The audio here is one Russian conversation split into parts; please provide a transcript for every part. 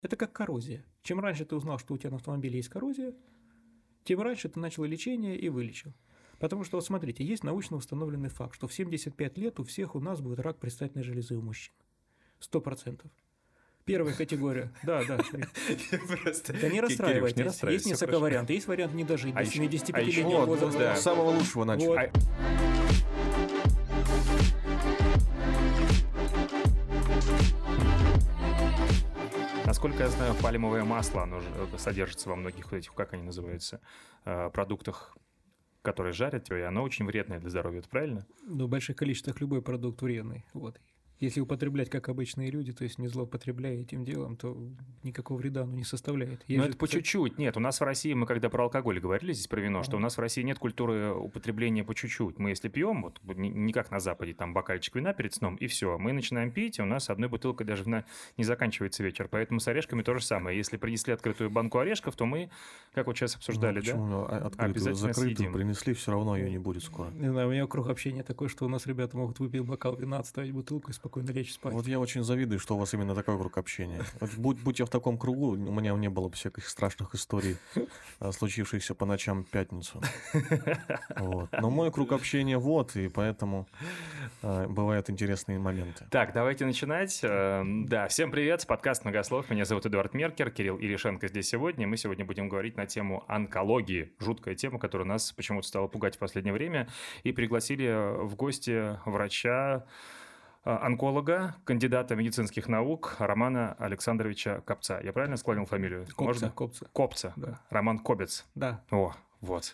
Это как коррозия. Чем раньше ты узнал, что у тебя на автомобиле есть коррозия, тем раньше ты начал лечение и вылечил. Потому что, вот смотрите, есть научно установленный факт, что в 75 лет у всех у нас будет рак предстательной железы у мужчин. 100%. Первая категория. Да. Да не расстраивайтесь. Есть несколько вариантов. Есть вариант не дожить до 75-летнего возраста. С самого лучшего начать. Насколько я знаю, пальмовое масло, оно содержится во многих этих, как они называются, продуктах, которые жарят, и оно очень вредное для здоровья, это правильно? Ну, в больших количествах любой продукт вредный. Вот. Если употреблять как обычные люди, то есть не злоупотребляя этим делом, то никакого вреда оно не составляет. Но это по чуть-чуть. Нет, у нас в России, мы когда про алкоголь говорили здесь, про вино, что у нас в России нет культуры употребления по чуть-чуть. Мы если пьем, вот не как на Западе, там бокальчик вина перед сном, и все. Мы начинаем пить, и у нас одной бутылкой даже вина не заканчивается вечер. Поэтому с орешками то же самое. Если принесли открытую банку орешков, то мы, как вот сейчас обсуждали, почему? Открытую, закрытую принесли, все равно ее не будет скоро. Не знаю, у меня круг общения такой, что у нас ребята могут выпить бокал вина, отставить бутылку и спокойно лечь спать. Вот я очень завидую, что у вас именно такой круг общения. Вот будь я в таком кругу, у меня не было бы всяких страшных историй, случившихся по ночам в пятницу. Вот. Но мой круг общения и поэтому бывают интересные моменты. Так, давайте начинать. Да, всем привет, подкаст «Многослов». Меня зовут Эдуард Меркер, Кирилл Иришенко здесь сегодня. Мы сегодня будем говорить на тему онкологии. Жуткая тема, которая нас почему-то стала пугать в последнее время. И пригласили в гости врача, онколога, кандидата медицинских наук Романа Александровича Копца. Я правильно склонил фамилию? Копца. Да. Роман Кобец. Да. О, вот.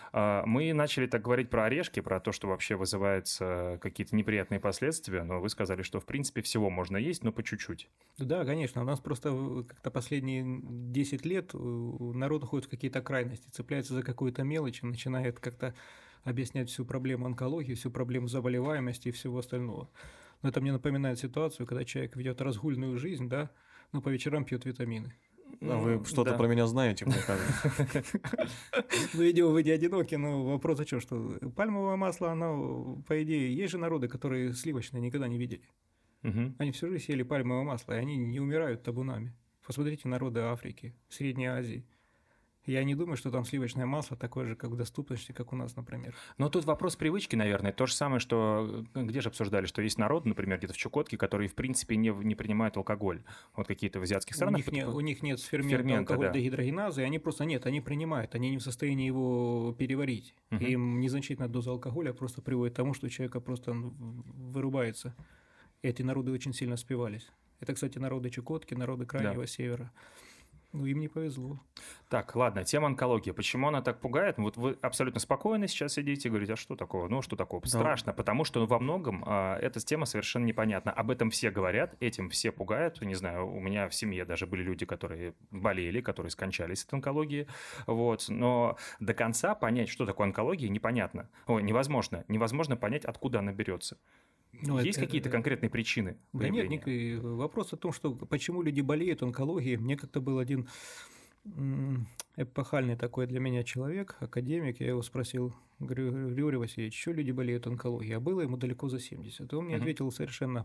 Мы начали так говорить про орешки, про то, что вообще вызывает какие-то неприятные последствия, но вы сказали, что в принципе всего можно есть, но по чуть-чуть. Да, конечно. У нас просто как-то последние 10 лет народ уходит в какие-то крайности, цепляется за какую-то мелочь и начинает как-то объяснять всю проблему онкологии, всю проблему заболеваемости и всего остального. Но это мне напоминает ситуацию, когда человек ведет разгульную жизнь, да, но по вечерам пьет витамины. Вы что-то про меня знаете, мне кажется. Ну, видимо, вы не одиноки, но вопрос о чем, что пальмовое масло, оно, по идее, есть же народы, которые сливочное никогда не видели. Они всю жизнь ели пальмовое масло, и они не умирают табунами. Посмотрите народы Африки, Средней Азии. Я не думаю, что там сливочное масло такое же, как в доступности, как у нас, например. Но тут вопрос привычки, наверное. То же самое, что где же обсуждали, что есть народ, например, где-то в Чукотке, которые, в принципе, не принимают алкоголь. Вот какие-то в азиатских странах. У них нет фермента алкоголя дегидрогеназы, они просто они принимают, они не в состоянии его переварить. Им незначительная доза алкоголя просто приводит к тому, что у человека просто вырубается. И эти народы очень сильно спивались. Это, кстати, народы Чукотки, народы Крайнего Севера. Ну, им не повезло. Так, ладно, тема онкологии. Почему она так пугает? Вот вы абсолютно спокойно сейчас сидите и говорите, а что такого? Ну, что такого? Страшно, потому что во многом эта тема совершенно непонятна. Об этом все говорят, этим все пугают. Не знаю, у меня в семье даже были люди, которые болели, которые скончались от онкологии. Вот. Но до конца понять, что такое онкология, непонятно. Невозможно. Невозможно понять, откуда она берется. Есть какие-то конкретные причины? Да нет, вопрос о том, что почему люди болеют онкологией. Мне как-то был один эпохальный такой для меня человек, академик, я его спросил, говорю, Григорий Васильевич, что люди болеют онкологией? А было ему далеко за 70. И он мне ответил совершенно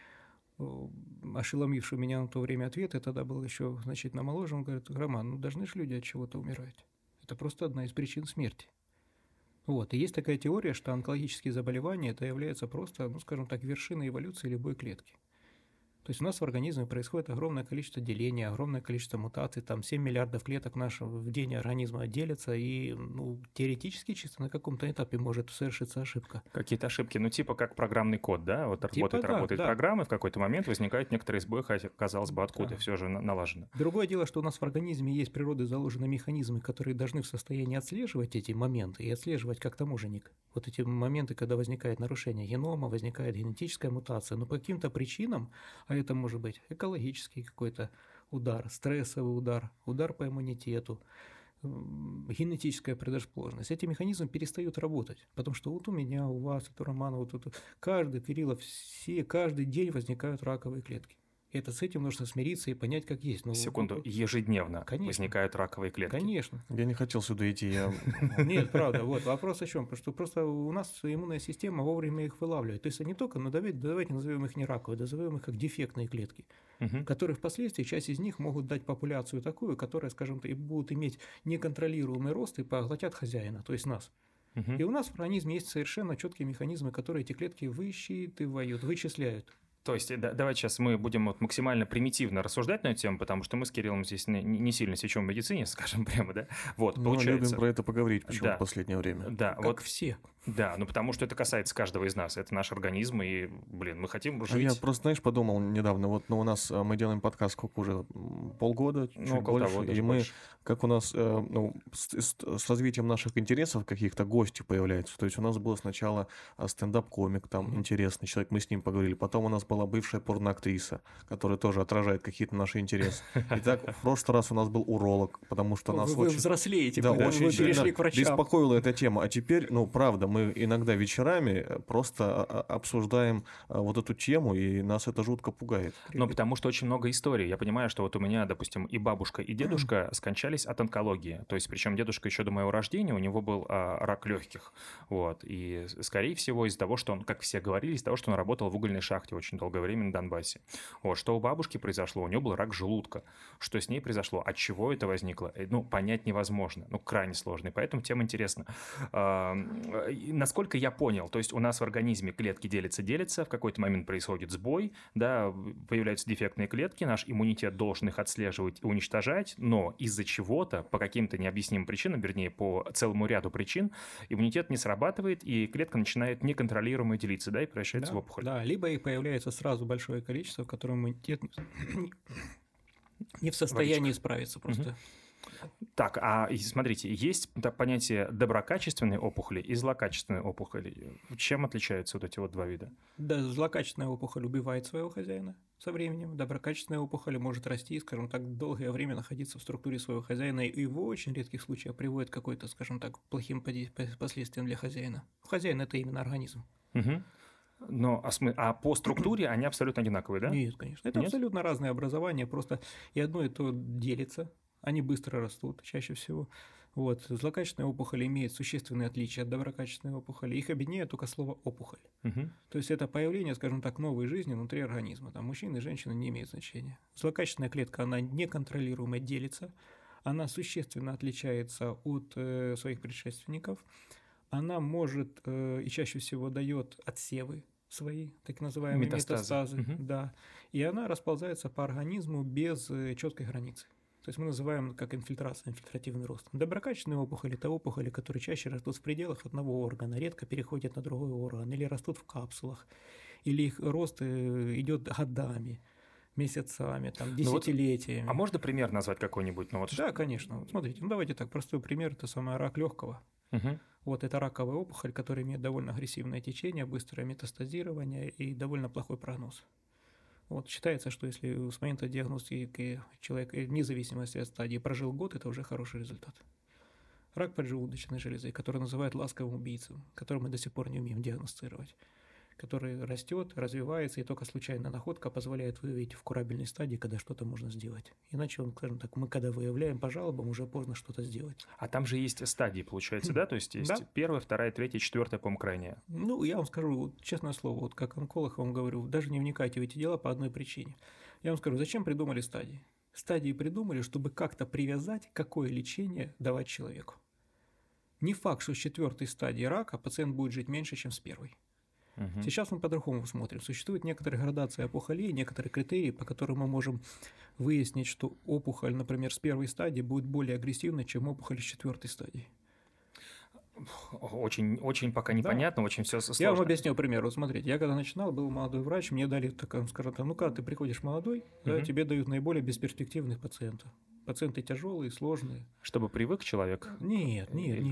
ошеломивший меня на то время ответ, я тогда был еще значительно моложе, он говорит, Роман, ну должны же люди от чего-то умирать. Это просто одна из причин смерти. Вот. И есть такая теория, что онкологические заболевания это является просто, ну, скажем так, вершиной эволюции любой клетки. То есть у нас в организме происходит огромное количество деления, огромное количество мутаций, там 7 миллиардов клеток нашего в день организма делятся, и теоретически чисто на каком-то этапе может совершиться ошибка. Какие-то ошибки, как программный код, да? Вот работает программа, и в какой-то момент возникает некоторый сбой, хотя, казалось бы, откуда все же налажено. Другое дело, что у нас в организме есть природой заложены механизмы, которые должны в состоянии отслеживать эти моменты и отслеживать как таможенник. Вот эти моменты, когда возникает нарушение генома, возникает генетическая мутация, но по каким-то причинам, а это может быть экологический какой-то удар, стрессовый удар, удар по иммунитету, генетическая предрасположенность. Эти механизмы перестают работать, потому что вот у меня, у вас, у Романа, каждый, Кирилла, каждый день возникают раковые клетки. С этим нужно смириться и понять, как есть. Секунду, ежедневно возникают раковые клетки. Конечно. Я не хотел сюда идти. Нет, правда. Вот вопрос о чем? Потому что просто у нас иммунная система вовремя их вылавливает. То есть они только, давайте назовем их не раковые, назовем их как дефектные клетки, которые впоследствии, часть из них могут дать популяцию такую, которая, скажем так, и будут иметь неконтролируемый рост и поглотят хозяина, то есть нас. И у нас в организме есть совершенно четкие механизмы, которые эти клетки высчитывают, вычисляют. То есть давайте сейчас мы будем максимально примитивно рассуждать на эту тему, потому что мы с Кириллом здесь не сильно сечем в медицине, скажем прямо, да? Вот, мы получается. любим про это поговорить почему-то в последнее время. Да, как вот все. Да, потому что это касается каждого из нас, это наш организм, и, мы хотим жить. Я просто, знаешь, подумал недавно, у нас мы делаем подкаст сколько уже, полгода, чуть больше, того, и мы, больше. Как у нас с развитием наших интересов каких-то гости появляются, то есть у нас был сначала стендап-комик, там интересный человек, мы с ним поговорили, потом у нас была бывшая порноактриса, которая тоже отражает какие-то наши интересы. Итак, в прошлый раз у нас был уролог, потому что нас вы взрослеете, да, очень вы перешли к врачам. Беспокоила эта тема, а теперь, правда, мы иногда вечерами просто обсуждаем вот эту тему, и нас это жутко пугает. Потому что очень много историй. Я понимаю, что вот у меня, допустим, и бабушка, и дедушка скончались от онкологии. То есть, причем дедушка еще до моего рождения, у него был рак легких. Вот. И, скорее всего, из-за того, что он, как все говорили, из-за того, что он работал в угольной шахте очень долгое время на Донбассе. Вот. Что у бабушки произошло? У нее был рак желудка. Что с ней произошло? От чего это возникло? Понять невозможно. Крайне сложно. И поэтому тема интересна. Насколько я понял, то есть у нас в организме клетки делятся, в какой-то момент происходит сбой, да, появляются дефектные клетки, наш иммунитет должен их отслеживать и уничтожать, но из-за чего-то, по каким-то необъяснимым причинам, вернее, по целому ряду причин, иммунитет не срабатывает, и клетка начинает неконтролируемо делиться, да, и превращается в опухоль. Да, либо их появляется сразу большое количество, в котором иммунитет не в состоянии справиться просто. Так, смотрите, есть понятие доброкачественной опухоли и злокачественной опухоли. Чем отличаются вот эти вот два вида? Да, злокачественная опухоль убивает своего хозяина со временем. Доброкачественная опухоль может расти и, скажем так, долгое время находиться в структуре своего хозяина и в очень редких случаях приводит к какой-то, скажем так, плохим последствиям для хозяина. Хозяин – это именно организм. Но по структуре они абсолютно одинаковые, да? Нет, конечно. Это абсолютно разные образования, просто и одно и то делится. Они быстро растут, чаще всего. Вот. Злокачественная опухоль имеет существенные отличия от доброкачественной опухоли. Их объединяет только слово «опухоль». То есть это появление, скажем так, новой жизни внутри организма. Там мужчины и женщины не имеют значения. Злокачественная клетка, она неконтролируемо делится, она существенно отличается от своих предшественников, она может и чаще всего дает отсевы свои, так называемые метастазы. Да, и она расползается по организму без четкой границы. То есть мы называем как инфильтрация, инфильтративный рост. Доброкачественные опухоли – это опухоли, которые чаще растут в пределах одного органа, редко переходят на другой орган, или растут в капсулах, или их рост идет годами, месяцами, десятилетиями. А можно пример назвать какой-нибудь? Да, конечно. Смотрите, давайте так, простой пример – это самый рак легкого. Вот это раковая опухоль, которая имеет довольно агрессивное течение, быстрое метастазирование и довольно плохой прогноз. Вот считается, что если с момента диагностики человек, вне зависимости от стадии, прожил год, это уже хороший результат. Рак поджелудочной железы, который называют ласковым убийцей, который мы до сих пор не умеем диагностировать, который растет, развивается, и только случайная находка позволяет выявить в курабельной стадии, когда что-то можно сделать. Иначе, скажем так, мы когда выявляем по жалобам, уже поздно что-то сделать. А там же есть стадии, получается, да? То есть есть первая, вторая, третья, четвертая, по-моему, крайняя. Я вам скажу, честное слово, вот как онколог вам говорю, даже не вникайте в эти дела по одной причине. Я вам скажу, зачем придумали стадии? Стадии придумали, чтобы как-то привязать, какое лечение давать человеку. Не факт, что с 4-й стадии рака пациент будет жить меньше, чем с 1-й. Сейчас мы по-другому смотрим. Существует некоторые градации опухолей, некоторые критерии, по которым мы можем выяснить, что опухоль, например, с 1-й стадии будет более агрессивной, чем опухоль с 4-й стадии. Очень пока непонятно, очень все сложно. Я вам объясню пример. Вот смотрите, я когда начинал, был молодой врач, мне дали, скажем так, когда ты приходишь молодой, тебе дают наиболее бесперспективных пациентов. Пациенты тяжелые, сложные. Чтобы привык человек? Нет.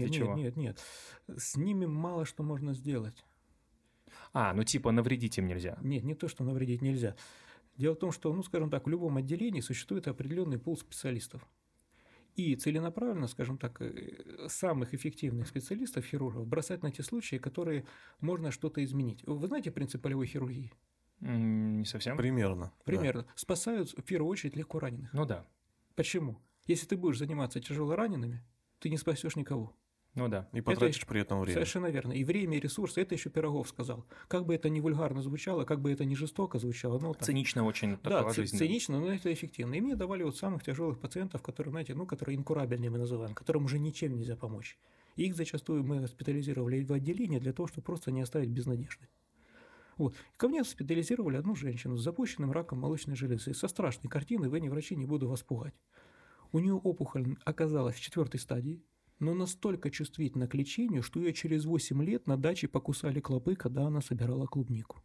С ними мало что можно сделать. Навредить им нельзя? Нет, не то, что навредить нельзя. Дело в том, что, скажем так, в любом отделении существует определенный пул специалистов. И целенаправленно, скажем так, самых эффективных специалистов, хирургов, бросать на те случаи, которые можно что-то изменить. Вы знаете принцип полевой хирургии? Не совсем. Примерно. Примерно. Спасают в первую очередь легко раненых. Ну да. Почему? Если ты будешь заниматься тяжело ранеными, ты не спасешь никого. Ну да. И потратишь при этом время. Совершенно верно. И время, и ресурсы. Это еще Пирогов сказал. Как бы это ни вульгарно звучало, как бы это ни жестоко звучало. Ну, Цинично очень. Да, цинично, но это эффективно. И мне давали вот самых тяжелых пациентов, которые, знаете, которые инкурабельные мы называем, которым уже ничем нельзя помочь. И их зачастую мы госпитализировали в отделение для того, чтобы просто не оставить без надежды. Вот. Ко мне госпитализировали одну женщину с запущенным раком молочной железы. Со страшной картиной, вы не врачи, не буду вас пугать. У нее опухоль оказалась в 4-й стадии, но настолько чувствительна к лечению, что ее через 8 лет на даче покусали клопы, когда она собирала клубнику.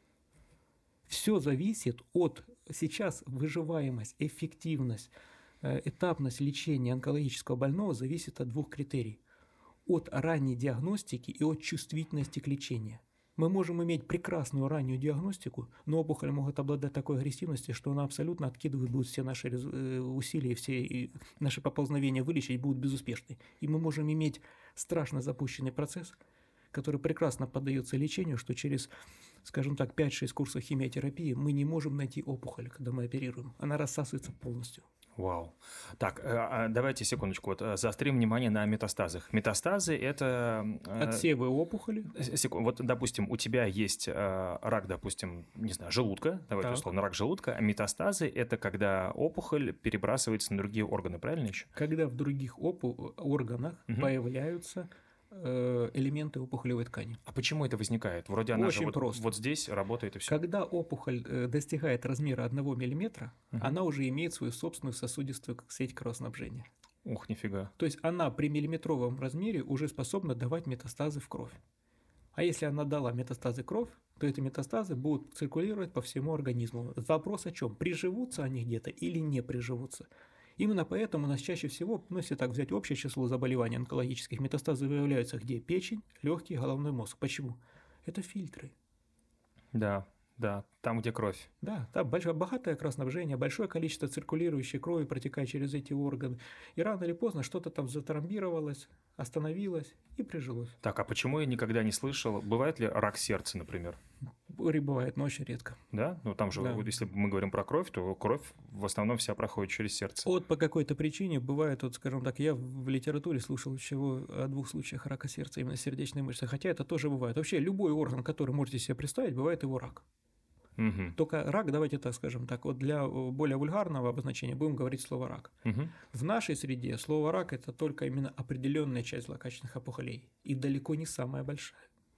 Все зависит от сейчас выживаемость, эффективность, этапность лечения онкологического больного зависит от 2 критерий. От ранней диагностики и от чувствительности к лечению. Мы можем иметь прекрасную раннюю диагностику, но опухоль может обладать такой агрессивностью, что она абсолютно откидывает будут все наши усилия, все наши поползновения вылечить будут безуспешны. И мы можем иметь страшно запущенный процесс, который прекрасно поддается лечению, что через, скажем так, 5-6 курсов химиотерапии мы не можем найти опухоль, когда мы оперируем. Она рассасывается полностью. Вау. Так, давайте секундочку, вот заострим внимание на метастазах. Метастазы – это… Отсевы опухоли. Вот, допустим, у тебя есть рак, допустим, не знаю, желудка, давайте условно, рак желудка, а метастазы – это когда опухоль перебрасывается на другие органы, правильно еще? Когда в других органах появляются элементы опухолевой ткани. А почему это возникает? Вроде она очень же просто. Вот здесь работает и все. Когда опухоль достигает размера 1 мм, она уже имеет свою собственную сосудистую сеть кровоснабжения. Ух, нифига. То есть она при миллиметровом размере уже способна давать метастазы в кровь. А если она дала метастазы в кровь, то эти метастазы будут циркулировать по всему организму. Вопрос о чем? Приживутся они где-то или не приживутся? Именно поэтому у нас чаще всего, если так взять общее число заболеваний онкологических, метастазы выявляются где? Печень, легкие, головной мозг. Почему? Это фильтры. Да, там, где кровь. Да, там богатое кровоснабжение, большое количество циркулирующей крови протекает через эти органы. И рано или поздно что-то там затромбировалось, остановилось и прижилось. Так, а почему я никогда не слышал, бывает ли рак сердца, например? Бывает, но очень редко. Да? Ну там же, вот, если мы говорим про кровь, то кровь в основном вся проходит через сердце. Вот по какой-то причине бывает, вот, скажем так, я в литературе слышал всего о 2 случаях рака сердца, именно сердечной мышцы, хотя это тоже бывает. Вообще любой орган, который можете себе представить, бывает его рак. Только рак, давайте так скажем так, вот для более вульгарного обозначения будем говорить слово рак. В нашей среде слово рак – это только именно определенная часть злокачественных опухолей и далеко не самая большая.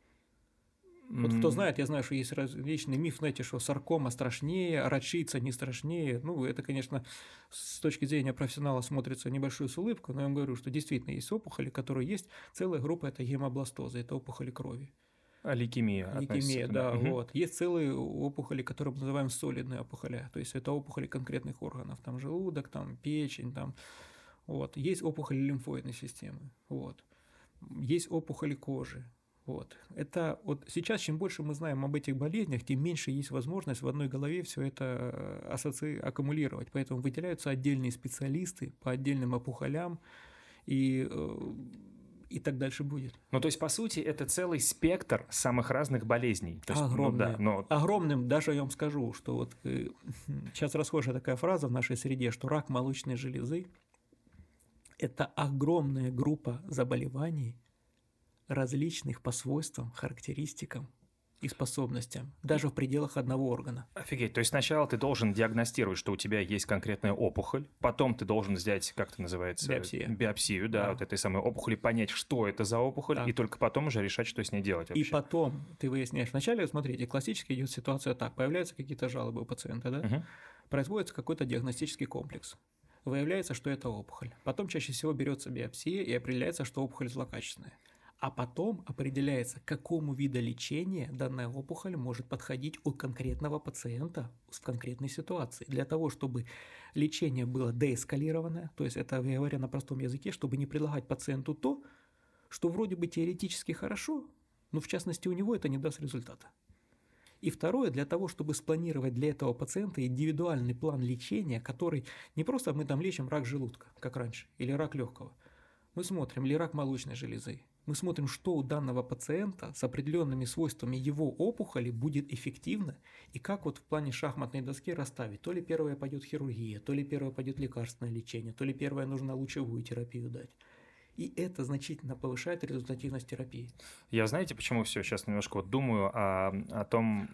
Вот кто знает, я знаю, что есть различный миф, знаете, что саркома страшнее, рачица не страшнее. Ну, это, конечно, с точки зрения профессионала смотрится небольшую с улыбкой, но я вам говорю, что действительно есть опухоли, которые есть. Целая группа – это гемобластозы, это опухоли крови. Лейкемия. Лейкемия, да, вот. Есть целые опухоли, которые мы называем солидные опухоли, то есть это опухоли конкретных органов, там желудок, там печень, там, вот. Есть опухоли лимфоидной системы, вот. Есть опухоли кожи, вот. Это вот сейчас, чем больше мы знаем об этих болезнях, тем меньше есть возможность в одной голове все это аккумулировать, поэтому выделяются отдельные специалисты по отдельным опухолям, и так дальше будет. Ну, то есть, по сути, это целый спектр самых разных болезней. То есть, огромный. Ну, да, огромным, даже я вам скажу, что вот сейчас расхожая такая фраза в нашей среде, что рак молочной железы – это огромная группа заболеваний, различных по свойствам, характеристикам и способностям, даже в пределах одного органа. Офигеть, то есть сначала ты должен диагностировать, что у тебя есть конкретная опухоль, потом ты должен взять, как это называется? Биопсию, да, вот этой самой опухоли, понять, что это за опухоль, и только потом уже решать, что с ней делать вообще. И потом ты выясняешь. Вначале, смотрите, классически идет ситуация так, появляются какие-то жалобы у пациента, да? Производится какой-то диагностический комплекс. Выявляется, что это опухоль. Потом чаще всего берется биопсия и определяется, что опухоль злокачественная. А потом определяется, к какому виду лечения данная опухоль может подходить у конкретного пациента в конкретной ситуации. Для того, чтобы лечение было деэскалированное, то есть это, я говорю на простом языке, чтобы не предлагать пациенту то, что вроде бы теоретически хорошо, но в частности у него это не даст результата. И второе, для того, чтобы спланировать для этого пациента индивидуальный план лечения, который не просто мы там лечим рак желудка, как раньше, или рак легкого. Мы смотрим, ли рак молочной железы, Мы смотрим, что у данного пациента с определенными свойствами его опухоли будет эффективно, и как вот в плане шахматной доски расставить. То ли первое пойдет хирургия, то ли первое пойдет лекарственное лечение, то ли первое нужно лучевую терапию дать. И это значительно повышает результативность терапии. Я, знаете, почему все сейчас немножко вот думаю о том,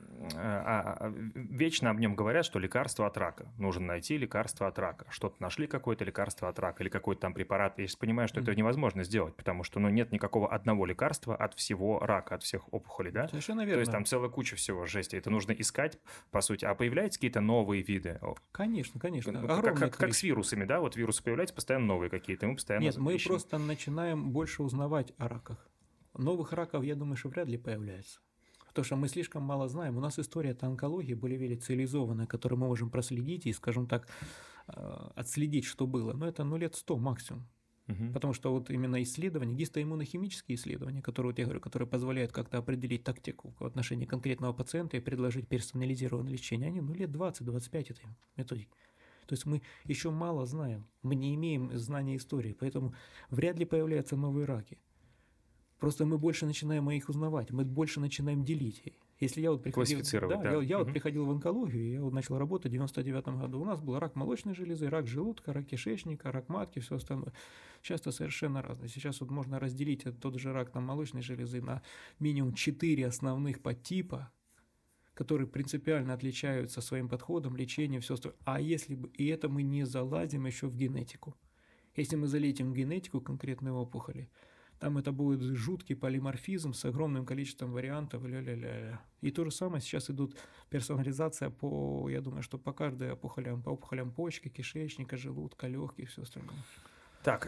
вечно об нем говорят, что лекарство от рака. Нужно найти лекарство от рака. Что-то нашли какое-то лекарство от рака или какой-то там препарат. Я сейчас понимаю, что это невозможно сделать, потому что нет никакого одного лекарства от всего рака, от всех опухолей, да? Совершенно верно. То есть там целая куча всего жести. Это нужно искать, по сути. А появляются какие-то новые виды? Конечно, конечно. Как с вирусами, да? Вот вирусы появляются постоянно новые какие-то. Мы постоянно Нет, мы ищем. просто начинаем больше узнавать о раках. Новых раков, я думаю, что вряд ли появляется. Потому что мы слишком мало знаем. У нас история онкологии более-менее цивилизованная, которую мы можем проследить и, скажем так, отследить, что было. Но это лет 100 максимум. Потому что вот именно исследования, гистоиммунохимические исследования, которые, вот я говорю, которые позволяют как-то определить тактику в отношении конкретного пациента и предложить персонализированное лечение, они лет 20-25 этой методики. То есть мы еще мало знаем, мы не имеем знания истории, поэтому вряд ли появляются новые раки. Просто мы больше начинаем их узнавать, мы больше начинаем делить. Если я вот приходил, классифицировать, да. Я вот приходил в онкологию, я вот начал работать в 99 году. У нас был рак молочной железы, рак желудка, рак кишечника, рак матки, все остальное. Сейчас это совершенно разное. Сейчас вот можно разделить тот же рак молочной железы на минимум 4 основных подтипа, которые принципиально отличаются своим подходом, лечением, все остальное. А если бы, и это мы не залазим еще в генетику. Если мы залетим в генетику конкретной опухоли, там это будет жуткий полиморфизм с огромным количеством вариантов, ля-ля-ля. И то же самое сейчас идут персонализация я думаю, что по каждой опухолям, по опухолям почки, кишечника, желудка, легких и все остальное. Так,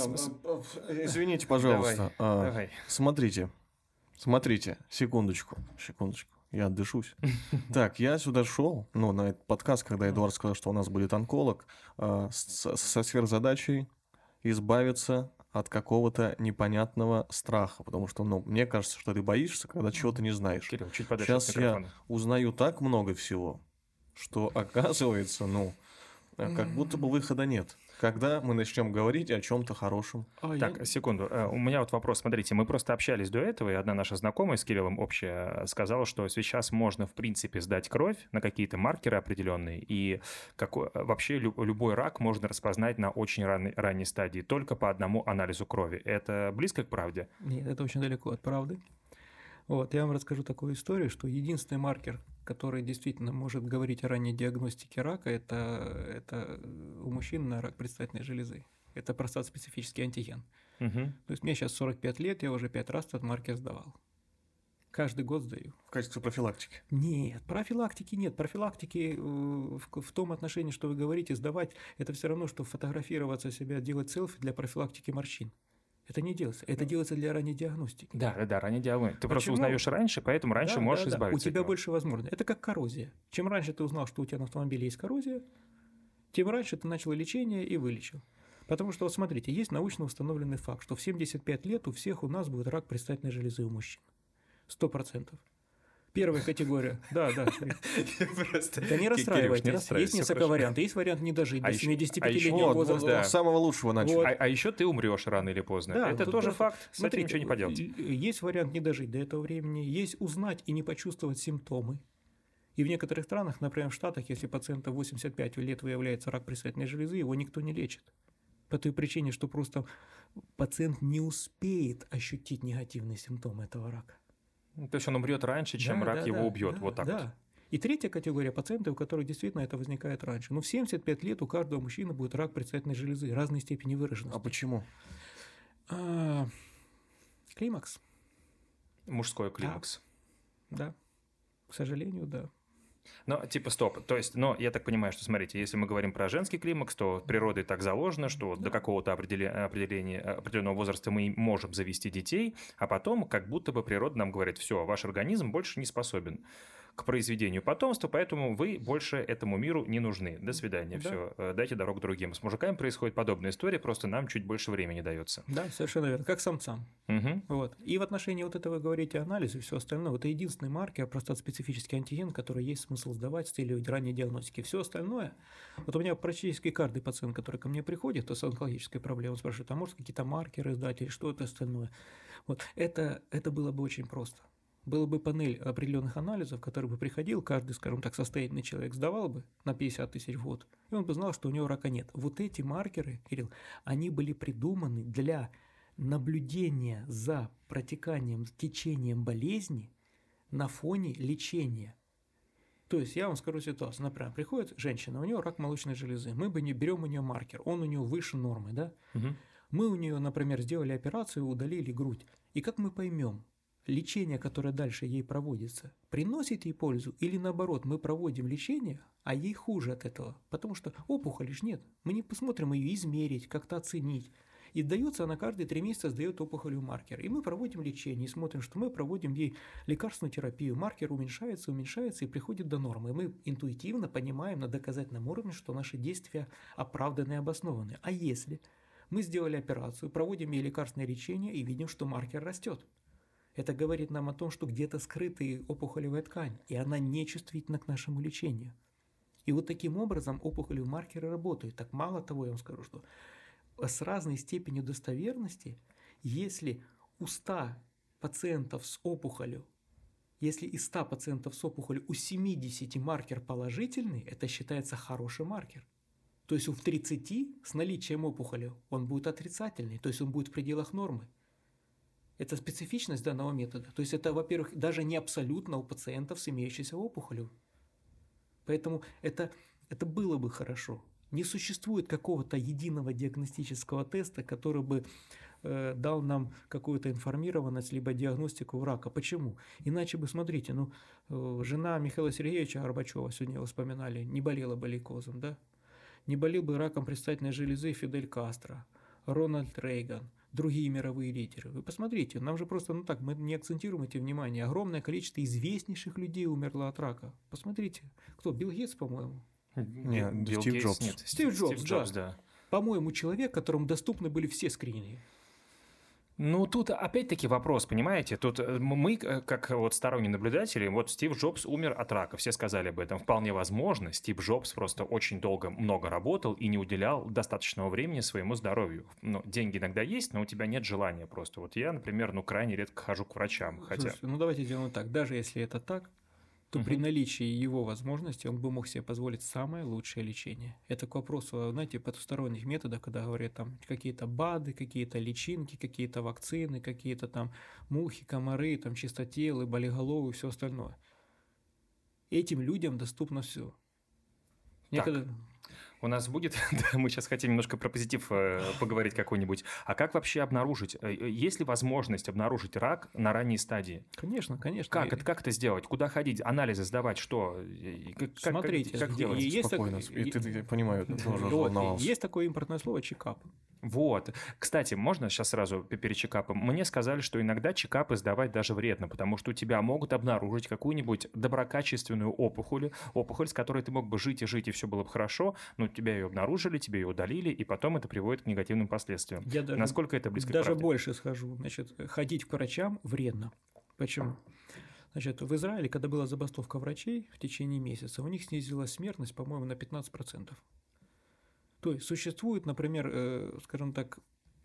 извините, пожалуйста. Давай. Смотрите, секундочку. Я отдышусь. Так, я сюда шел, на этот подкаст, когда Эдуард сказал, что у нас будет онколог, со сверхзадачей избавиться от какого-то непонятного страха, потому что, мне кажется, что ты боишься, когда чего-то не знаешь. Кирилл, чуть подальше Сейчас я узнаю так много всего, что оказывается, как будто бы выхода нет. Когда мы начнем говорить о чем-то хорошем? Так, секунду. У меня вот вопрос. Смотрите, мы просто общались до этого, и одна наша знакомая с Кириллом общая сказала, что сейчас можно, в принципе, сдать кровь на какие-то маркеры определенные, и вообще любой рак можно распознать на очень ранней стадии, только по одному анализу крови. Это близко к правде? Нет, это очень далеко от правды. Вот, я вам расскажу такую историю, что единственный маркер, который действительно может говорить о ранней диагностике рака, это у мужчин на рак предстательной железы. Это простат-специфический антиген. То есть мне сейчас 45 лет, я уже 5 раз этот маркер сдавал. Каждый год сдаю. В качестве профилактики? Нет, профилактики нет. Профилактики в том отношении, что вы говорите, сдавать, это все равно, что фотографироваться себя, делать селфи для профилактики морщин. Это не делается. Это делается для ранней диагностики. Да, ранней диагностики. Ты просто узнаешь раньше, поэтому раньше можешь избавиться. У тебя больше возможностей. Это как коррозия. Чем раньше ты узнал, что у тебя на автомобиле есть коррозия, тем раньше ты начал лечение и вылечил. Потому что, вот смотрите, есть научно установленный факт, что в 75 лет у всех у нас будет рак предстательной железы у мужчин. 100%. Первая категория. Да. Да не расстраивайтесь. Есть несколько вариантов. Есть вариант не дожить до 75-летнего возраста. Самого лучшего начать. А еще ты умрешь рано или поздно. Это тоже факт. С этим ничего не поделать. Есть вариант не дожить до этого времени. Есть узнать и не почувствовать симптомы. И в некоторых странах, например, в Штатах, если пациента в 85 лет выявляется рак предстательной железы, его никто не лечит. По той причине, что просто пациент не успеет ощутить негативные симптомы этого рака. То есть он умрет раньше, чем рак его убьет. Вот так вот. И третья категория пациентов, у которых действительно это возникает раньше. В 75 лет у каждого мужчины будет рак предстательной железы разной степени выраженности. А почему? Климакс. Мужской климакс. Да. К сожалению, да. Но стоп. То есть, я так понимаю, что, смотрите, если мы говорим про женский климакс, то природой так заложено, что до какого-то определенного возраста мы можем завести детей, а потом как будто бы природа нам говорит, все, ваш организм больше не способен к произведению потомства, поэтому вы больше этому миру не нужны. До свидания, Да. все, дайте дорогу другим. С мужиками происходит подобная история, просто нам чуть больше времени дается. Да, совершенно верно, как самцам. Угу. Вот. И в отношении вот этого вы говорите анализа и все остальное, это единственный маркер, простат-специфический антиген, который есть смысл сдавать с целью ранней диагностики. Все остальное, вот у меня практически каждый пациент, который ко мне приходит, то с онкологической проблемой, спрашивает, а может какие-то маркеры сдать или что это остальное. Вот. Это было бы очень просто. Была бы панель определенных анализов, который бы приходил, каждый, скажем так, состоятельный человек сдавал бы на 50 тысяч в год, и он бы знал, что у него рака нет. Вот эти маркеры, Кирилл, они были придуманы для наблюдения за протеканием, течением болезни на фоне лечения. То есть я вам скажу ситуацию. Например, приходит женщина, у нее рак молочной железы, мы бы не берем у нее маркер, он у нее выше нормы, да? Угу. Мы у нее, например, сделали операцию, удалили грудь. И как мы поймем, лечение, которое дальше ей проводится, приносит ей пользу или наоборот, мы проводим лечение, а ей хуже от этого, потому что опухоли ж нет. Мы не посмотрим ее измерить, как-то оценить. И сдается она каждые 3 месяца, сдает опухолью маркер. И мы проводим лечение, и смотрим, что мы проводим ей лекарственную терапию. Маркер уменьшается и приходит до нормы. И мы интуитивно понимаем на доказательном уровне, что наши действия оправданы и обоснованы. А если мы сделали операцию, проводим ей лекарственное лечение и видим, что маркер растет? Это говорит нам о том, что где-то скрытая опухолевая ткань, и она нечувствительна к нашему лечению. И вот таким образом опухолевые маркеры работают. Так мало того, я вам скажу, что с разной степенью достоверности, если у 100 пациентов с опухолью, если из 100 пациентов с опухолью у 70 маркер положительный, это считается хороший маркер. То есть у 30 с наличием опухоли он будет отрицательный, то есть он будет в пределах нормы. Это специфичность данного метода. То есть это, во-первых, даже не абсолютно у пациентов с имеющейся опухолью. Поэтому это было бы хорошо. Не существует какого-то единого диагностического теста, который бы дал нам какую-то информированность либо диагностику рака. Почему? Иначе бы, смотрите, жена Михаила Сергеевича Горбачева, сегодня вы вспоминали, не болела бы лейкозом, да? Не болел бы раком предстательной железы Фидель Кастро, Рональд Рейган, другие мировые лидеры. Вы посмотрите, нам же просто, мы не акцентируем эти внимание. Огромное количество известнейших людей умерло от рака. Посмотрите, кто? Билл Гейтс, по-моему? Нет, Билл Стив Гейтс, Джобс. нет. Стив Джобс, да. По-моему, человек, которому доступны были все скрининги. Ну, тут опять-таки вопрос, понимаете? Тут мы, как вот сторонние наблюдатели, вот Стив Джобс умер от рака, все сказали об этом. Вполне возможно, Стив Джобс просто очень много работал и не уделял достаточного времени своему здоровью. Ну, деньги иногда есть, но у тебя нет желания просто. Вот я, например, крайне редко хожу к врачам. Хотя... Слушайте, давайте сделаем так. Даже если это так, то при наличии его возможности он бы мог себе позволить самое лучшее лечение. Это к вопросу, знаете, потусторонних методов, когда говорят там какие-то БАДы, какие-то личинки, какие-то вакцины, какие-то там мухи, комары, там чистотелы, болиголовы и все остальное. Этим людям доступно все. Некогда... У нас будет, мы сейчас хотим немножко про позитив поговорить какой-нибудь. А как вообще обнаружить, есть ли возможность обнаружить рак на ранней стадии? Конечно. Как это сделать? Куда ходить? Анализы сдавать? Что? Смотрите, как делать? есть Спокойно. И ты понимаю, ты тоже волновался. Есть такое импортное слово чекап. Вот. Кстати, можно сейчас сразу перед чекапом? Мне сказали, что иногда чекапы сдавать даже вредно, потому что у тебя могут обнаружить какую-нибудь доброкачественную опухоль, с которой ты мог бы жить, и все было бы хорошо, но тебя ее обнаружили, тебе ее удалили, и потом это приводит к негативным последствиям. Насколько это близко к правде? Даже больше скажу. Значит, ходить к врачам вредно. Почему? Значит, в Израиле, когда была забастовка врачей в течение месяца, у них снизилась смертность, по-моему, на 15%. То есть существует, например, скажем так,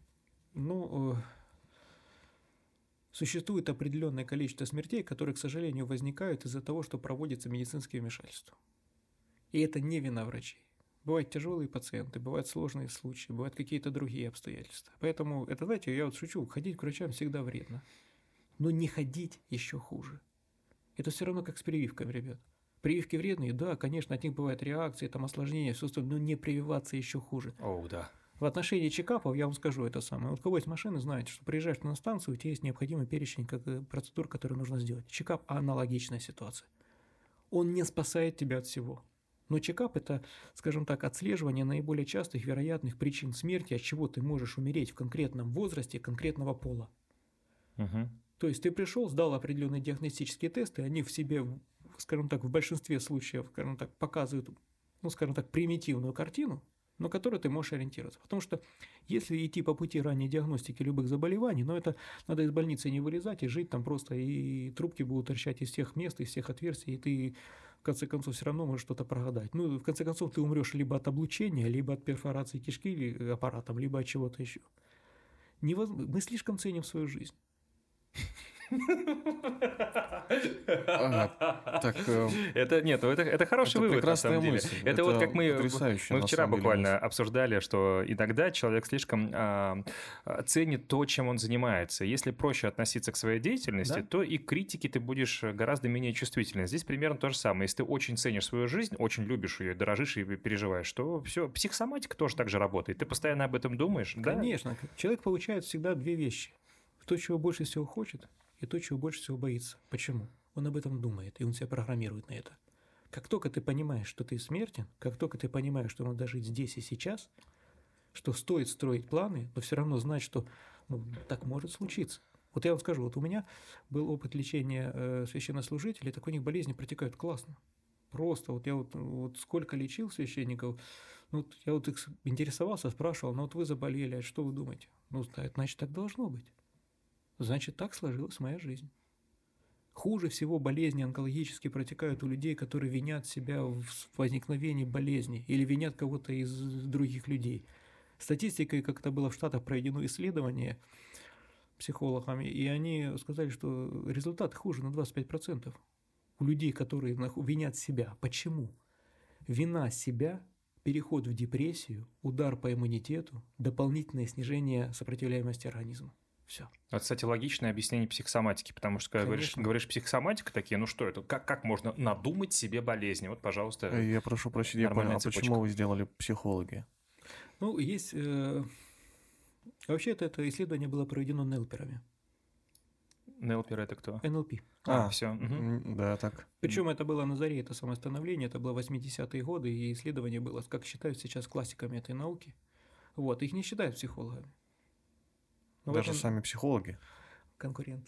существует определенное количество смертей, которые, к сожалению, возникают из-за того, что проводятся медицинские вмешательства. И это не вина врачей. Бывают тяжелые пациенты, бывают сложные случаи, бывают какие-то другие обстоятельства. Поэтому, это, знаете, я вот шучу, ходить к врачам всегда вредно. Но не ходить еще хуже. Это все равно как с прививками, ребят. Прививки вредные, да, конечно, от них бывают реакции, там осложнения, все остальное, но не прививаться еще хуже. Да. В отношении чекапов я вам скажу это самое. Вот у кого есть машина, знаете, что приезжаешь на станцию, у тебя есть необходимый перечень процедур, которые нужно сделать. Чекап – аналогичная ситуация. Он не спасает тебя от всего. Но чекап – это, скажем так, отслеживание наиболее частых вероятных причин смерти, от чего ты можешь умереть в конкретном возрасте конкретного пола. Угу. То есть ты пришел, сдал определенные диагностические тесты, они в себе скажем так, в большинстве случаев, скажем так, показывают, ну, скажем так, примитивную картину, на которую ты можешь ориентироваться. Потому что если идти по пути ранней диагностики любых заболеваний, ну, это надо из больницы не вылезать и жить там просто, и трубки будут торчать из всех мест, из всех отверстий, и ты, в конце концов, все равно можешь что-то прогадать. Ну, в конце концов, ты умрешь либо от облучения, либо от перфорации кишки аппаратом, либо от чего-то еще. Мы слишком ценим свою жизнь. Это хороший вывод, на самом деле. мысль. Это вот как мы вчера буквально обсуждали, что иногда человек слишком ценит то, чем он занимается. Если проще относиться к своей деятельности, то и к критике ты будешь гораздо менее чувствителен. Здесь примерно то же самое. Если ты очень ценишь свою жизнь, очень любишь ее, дорожишь и переживаешь, то все, психосоматика тоже так же работает. Ты постоянно об этом думаешь. Конечно. Да? Человек получает всегда две вещи. То, чего больше всего хочет, и то, чего больше всего боится. Почему? Он об этом думает, и он себя программирует на это. Как только ты понимаешь, что ты смертен, как только ты понимаешь, что надо жить здесь и сейчас, что стоит строить планы, но все равно знать, что так может случиться. Вот я вам скажу, вот у меня был опыт лечения священнослужителей, так у них болезни протекают классно. Просто вот я вот сколько лечил священников, я вот их интересовался, спрашивал, вот вы заболели, а что вы думаете? Значит, так должно быть. Значит, так сложилась моя жизнь. Хуже всего болезни онкологически протекают у людей, которые винят себя в возникновении болезни или винят кого-то из других людей. Статистикой, как это было в Штатах, проведено исследование психологами, и они сказали, что результат хуже на 25% у людей, которые винят себя. Почему? Вина себя, переход в депрессию, удар по иммунитету, дополнительное снижение сопротивляемости организма. Все. Вот, кстати, логичное объяснение психосоматики, потому что, когда говоришь психосоматика, такие, что это? Как можно надумать себе болезни? Вот, пожалуйста. Я прошу прощения, я понял, почему вы сделали психологи? Есть... Вообще-то это исследование было проведено нелперами. Нелпер это кто? НЛП. Все. Угу. Да, так. Причем это было на заре, это самостановление, это было 80-е годы, и исследование было, как считают сейчас, классиками этой науки. Вот, их не считают психологами. Даже сами психологи? Конкуренты.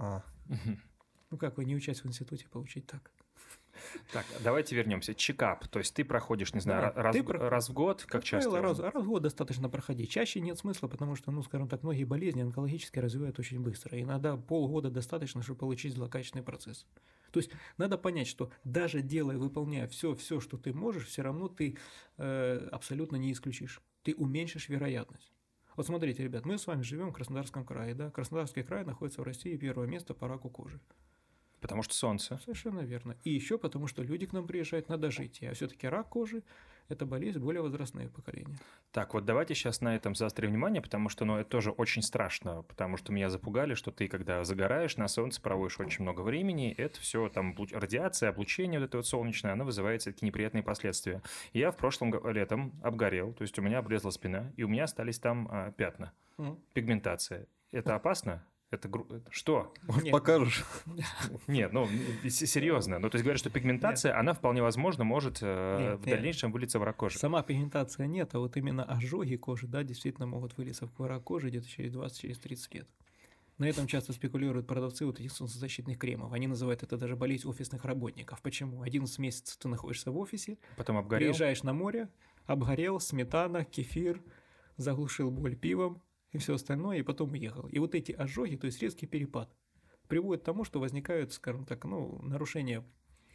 Как вы не учась в институте, получить так? Так, давайте вернемся. Чекап, то есть ты проходишь, не знаю, раз в год, как часто? Раз в год достаточно проходить. Чаще нет смысла, потому что, скажем так, многие болезни онкологические развивают очень быстро. Иногда полгода достаточно, чтобы получить злокачественный процесс. То есть надо понять, что даже делая, выполняя все, что ты можешь, все равно ты абсолютно не исключишь. Ты уменьшишь вероятность. Вот смотрите, ребят, мы с вами живем в Краснодарском крае, да? Краснодарский край находится в России первое место по раку кожи. Потому что солнце. Совершенно верно. И еще потому, что люди к нам приезжают на дожитие. А все-таки рак кожи – это болезнь более возрастное поколение. Так, вот давайте сейчас на этом заострим внимание, потому что это тоже очень страшно, потому что меня запугали, что ты, когда загораешь на солнце, проводишь очень много времени, это все там радиация, облучение вот это вот солнечное, оно вызывает такие неприятные последствия. Я в прошлом летом обгорел, то есть у меня облезла спина, и у меня остались там пятна, пигментация. Это опасно? Это что? Может, покажешь? Нет, серьезно. То есть говорят, что пигментация, она вполне возможно может в дальнейшем вылиться в рак кожи. Сама пигментация нет, а вот именно ожоги кожи, да, действительно могут вылиться в рак кожи где-то через 20, через 30 лет. На этом часто спекулируют продавцы вот этих солнцезащитных кремов. Они называют это даже болезнь офисных работников. Почему? 11 месяцев ты находишься в офисе, потом обгорел, приезжаешь на море, обгорел, сметана, кефир, заглушил боль пивом, и все остальное, и потом уехал. И вот эти ожоги, то есть резкий перепад, приводят к тому, что возникают, скажем так, нарушения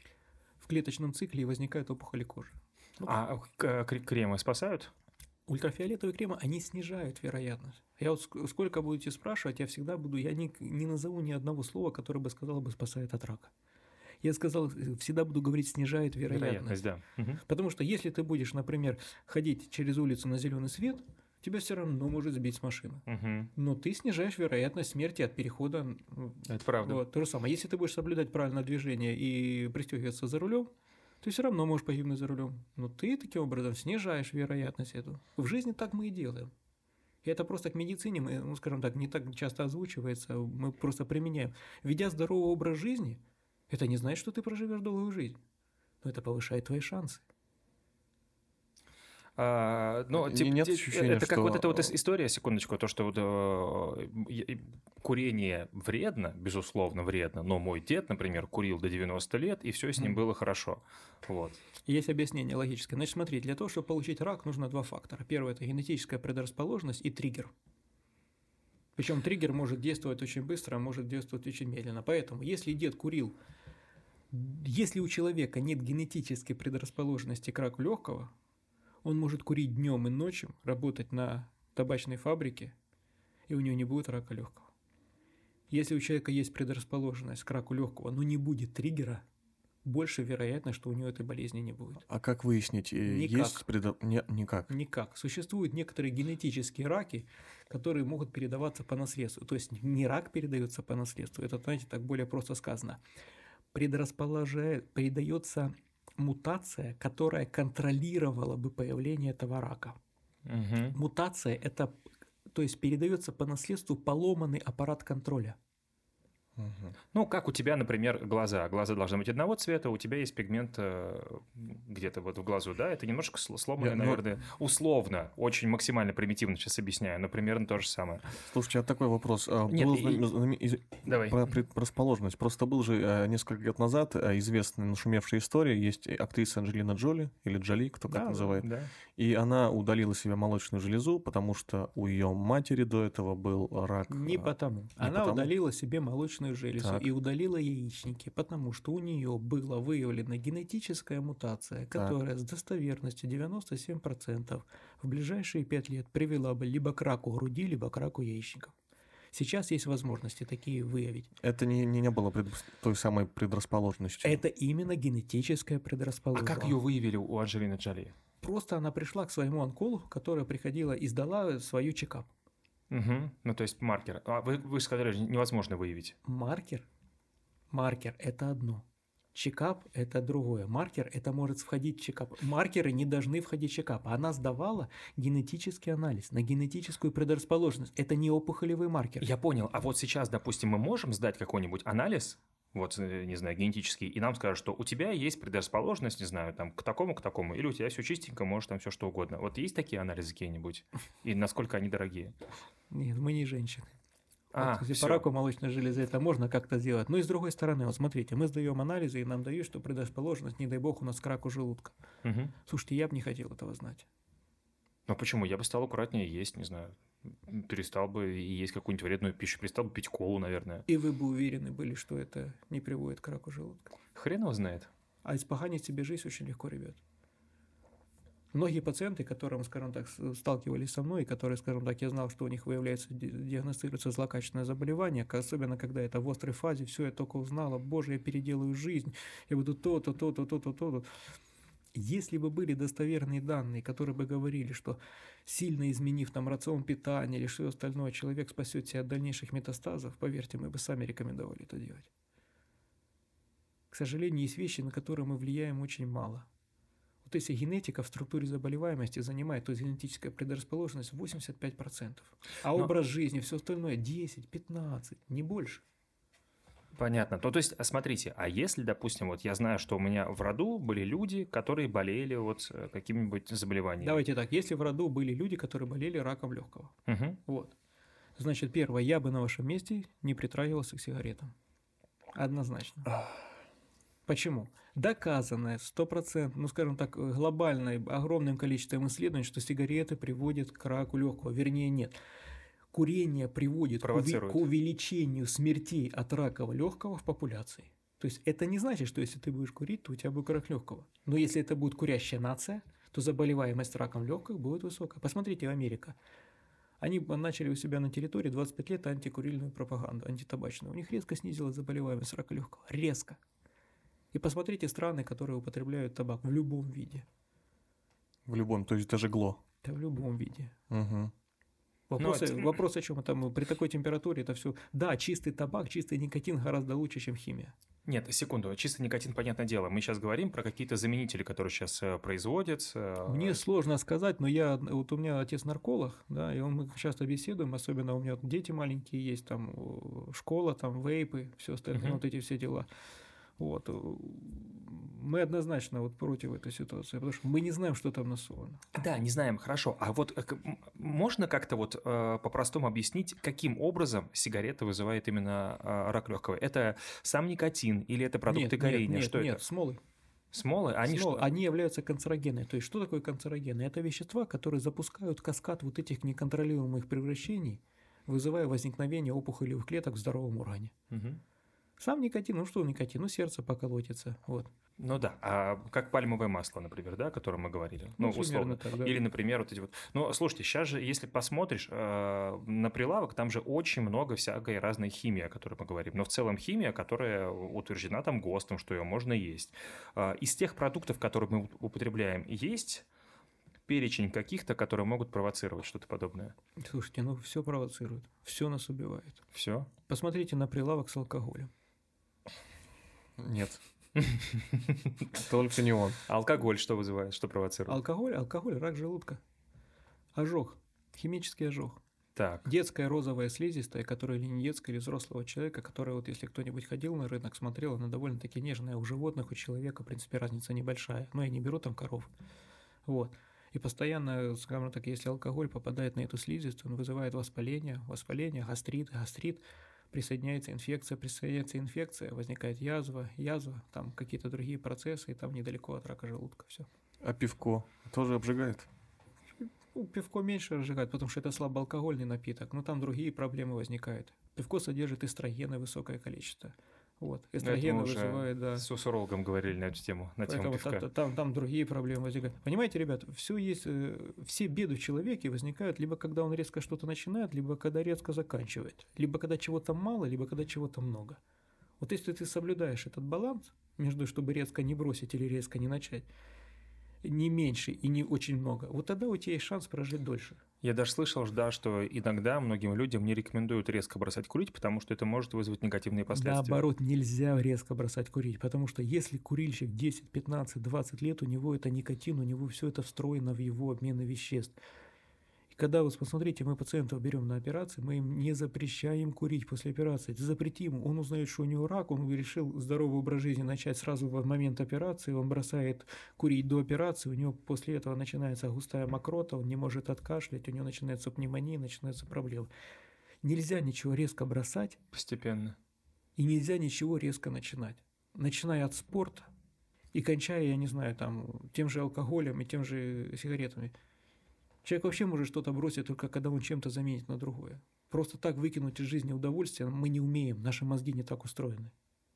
в клеточном цикле и возникают опухоли кожи. А кремы спасают? Ультрафиолетовые кремы, они снижают вероятность. Я вот сколько будете спрашивать, я всегда буду, я не назову ни одного слова, которое бы сказал бы спасает от рака. Я сказал, всегда буду говорить, снижает вероятность. Да. Потому что если ты будешь, например, ходить через улицу на зеленый свет, тебя все равно может сбить с машины. Но ты снижаешь вероятность смерти от перехода. Это правда. Вот, то же самое. Если ты будешь соблюдать правильное движение и пристегиваться за рулем, ты все равно можешь погибнуть за рулем. Но ты таким образом снижаешь вероятность эту. В жизни так мы и делаем. И это просто к медицине, мы, скажем так, не так часто озвучивается, мы просто применяем. Ведя здоровый образ жизни, это не значит, что ты проживешь долгую жизнь. Но это повышает твои шансы. Ну, Нет ощущения, это как что- вот эта вот история, секундочку, то, что вот, курение вредно, безусловно, вредно, но мой дед, например, курил до 90 лет, и все с ним было хорошо. Вот. Есть объяснение логическое. Значит, смотри, для того, чтобы получить рак, нужно два фактора. Первый – это генетическая предрасположенность и триггер. Причем триггер может действовать очень быстро, а может действовать очень медленно. Поэтому, если дед курил, если у человека нет генетической предрасположенности к раку легкого, он может курить днем и ночью, работать на табачной фабрике, и у него не будет рака легкого. Если у человека есть предрасположенность к раку легкого, но не будет триггера, больше вероятно, что у него этой болезни не будет. А как выяснить, Никак. есть никак. Никак. Существуют некоторые генетические раки, которые могут передаваться по наследству. То есть не рак передается по наследству, это, знаете, так более просто сказано. Передается мутация, которая контролировала бы появление этого рака. Угу. Мутация – это, то есть передается по наследству поломанный аппарат контроля. Мгм. Ну, как у тебя, например, глаза. Глаза должны быть одного цвета, у тебя есть пигмент где-то вот в глазу, да? Это немножко сломанный, наверное, условно, очень максимально примитивно сейчас объясняю, но примерно то же самое. Слушайте, а такой вопрос. Нет, давай. Про предрасположенность. Просто был же несколько лет назад известная нашумевшая история. Есть актриса Анджелина Джоли, или Джоли, кто как называет. Да. И она удалила себе молочную железу, потому что у ее матери до этого был рак. Не потому. Она потому? удалила себе молочную железу Так. и удалила яичники, потому что у нее была выявлена генетическая мутация, которая с достоверностью 97% в ближайшие 5 лет привела бы либо к раку груди, либо к раку яичников. Сейчас есть возможности такие выявить. Это не было той самой предрасположенностью. Это именно генетическая А предрасположенность. как ее выявили у Анджелины Джоли? Просто она пришла к своему онкологу, которая приходила и сдала свою чекап. Угу. Ну, то есть маркер. А вы сказали, невозможно выявить. Маркер – это одно. Чекап – это другое. Маркер – это может входить в чекап. Маркеры не должны входить в чекап. Она сдавала генетический анализ на генетическую предрасположенность. Это не опухолевый маркер. Я понял. А вот сейчас, допустим, мы можем сдать какой-нибудь анализ, вот, не знаю, генетический, и нам скажут, что у тебя есть предрасположенность, не знаю, там, к такому, или у тебя все чистенько, может, там все что угодно. Вот есть такие анализы какие-нибудь? И насколько они дорогие? Нет, мы не женщины. А, Если всё. по раку молочной железы это можно как-то сделать. Но и с другой стороны, вот смотрите, мы сдаем анализы, и нам дают, что предрасположенность, не дай бог, у нас к раку желудка. Мгм. Слушайте, я бы не хотел этого знать. Ну почему? Я бы стал аккуратнее есть, не знаю. Перестал бы есть какую-нибудь вредную пищу, перестал бы пить колу, наверное. И вы бы уверены были, что это не приводит к раку желудка. Хрен его знает. А испоганить себе жизнь очень легко, ребят. Многие пациенты, которым, скажем так, сталкивались со мной, и которые, скажем так, я знал, что у них выявляется, диагностируется злокачественное заболевание, особенно когда это в острой фазе, все, я только узнала, боже, я переделаю жизнь, я буду то-то, то-то, то-то, то-то. Если бы были достоверные данные, которые бы говорили, что сильно изменив там рацион питания или все остальное, человек спасет себя от дальнейших метастазов, поверьте, мы бы сами рекомендовали это делать. К сожалению, есть вещи, на которые мы влияем очень мало. Вот если генетика в структуре заболеваемости занимает, то есть генетическая предрасположенность 85%, а образ жизни, все остальное 10-15, не больше. Понятно. То есть, смотрите, а если, допустим, вот я знаю, что у меня в роду были люди, которые болели вот каким-нибудь заболеванием. Давайте так, если в роду были люди, которые болели раком легкого, Угу. вот, значит, первое, я бы на вашем месте не притрагивался к сигаретам. Однозначно. Почему? Доказанное 100%, ну скажем так, глобальное, огромным количеством исследований, что сигареты приводят к раку легкого, вернее нет. Курение приводит к увеличению смертей от рака легкого в популяции. То есть это не значит, что если ты будешь курить, то у тебя будет рак легкого. Но если это будет курящая нация, то заболеваемость раком легких будет высокая. Посмотрите, Америка. Они начали у себя на территории 25 лет антикурильную пропаганду, антитабачную. У них резко снизилась заболеваемость рака легкого. Резко. И посмотрите страны, которые употребляют табак в любом виде. В любом, то есть даже ГЛО. Да в любом виде. Угу. Вопрос о чем? Там при такой температуре это все. Да, чистый табак, чистый никотин гораздо лучше, чем химия. Нет, секунду. Чистый никотин, понятное дело. Мы сейчас говорим про какие-то заменители, которые сейчас производятся. Мне сложно сказать, но вот у меня отец нарколог, да, и мы часто беседуем, особенно у меня дети маленькие есть, там школа, там вейпы, все остальное, вот эти все дела. Вот. Мы однозначно вот против этой ситуации, потому что мы не знаем, что там насовано. Да, не знаем, хорошо. А вот можно как-то вот по-простому объяснить, каким образом сигарета вызывает именно рак легкого? Это сам никотин или это продукты горения? Что нет, это? смолы. Смолы? Они являются канцерогенами. То есть, что такое канцерогены? Это вещества, которые запускают каскад вот этих неконтролируемых превращений, вызывая возникновение опухолевых клеток в здоровом органе. Угу. Сам никотин, ну что никотин? Ну, сердце поколотится, вот. Ну да, а как пальмовое масло, например, да, о котором мы говорили, Ну, условно. так, да. Или, например, вот эти вот... Ну, слушайте, сейчас же, если посмотришь на прилавок, там же очень много всякой разной химии, о которой мы говорим. Но в целом химия, которая утверждена там ГОСТом, что ее можно есть. Из тех продуктов, которые мы употребляем, есть перечень каких-то, которые могут провоцировать что-то подобное? Слушайте, ну все провоцирует, все нас убивает. Все? Посмотрите на прилавок с алкоголем. Нет. Только не он. Алкоголь что вызывает, что провоцирует? Алкоголь, рак желудка, ожог, химический ожог. Так. Детская розовая слизистая, которая или не детская, или взрослого человека, которая вот если кто-нибудь ходил на рынок, смотрел, она довольно-таки нежная. У животных, у человека, в принципе, разница небольшая. Но я не беру там коров. Вот. И постоянно, скажем так, если алкоголь попадает на эту слизистую, он вызывает воспаление, гастрит, присоединяется инфекция, возникает язва, там какие-то другие процессы, и там недалеко от рака желудка все. А пивко тоже обжигает? Ну, пивко меньше разжигает, потому что это слабоалкогольный напиток, но там другие проблемы возникают. Пивко содержит эстрогены высокое количество. Вот. Эстрогены вызывают, да. С урологом говорили на эту тему, на тему пивка. Там другие проблемы возникают. Понимаете, ребят, все беды в человеке возникают либо когда он резко что-то начинает, либо когда резко заканчивает. Либо когда чего-то мало, либо когда чего-то много. Вот если ты соблюдаешь этот баланс между, чтобы резко не бросить или резко не начать, не меньше и не очень много, вот тогда у тебя есть шанс прожить дольше. Я даже слышал, да, что иногда многим людям не рекомендуют резко бросать курить, потому что это может вызвать негативные последствия. Наоборот, нельзя резко бросать курить, потому что если курильщик 10, 15, 20 лет, у него это никотин, у него все это встроено в его обмены веществ. И когда, вот посмотрите, мы пациентов берем на операции, мы им не запрещаем курить после операции, запретим ему, он узнает, что у него рак, он решил здоровый образ жизни начать сразу в момент операции, он бросает курить до операции, у него после этого начинается густая мокрота, он не может откашлять, у него начинается пневмония, начинаются проблемы. Нельзя ничего резко бросать. Постепенно. И нельзя ничего резко начинать. Начиная от спорта и кончая, я не знаю, там, тем же алкоголем и тем же сигаретами. Человек вообще может что-то бросить, только когда он чем-то заменит на другое. Просто так выкинуть из жизни удовольствие мы не умеем, наши мозги не так устроены.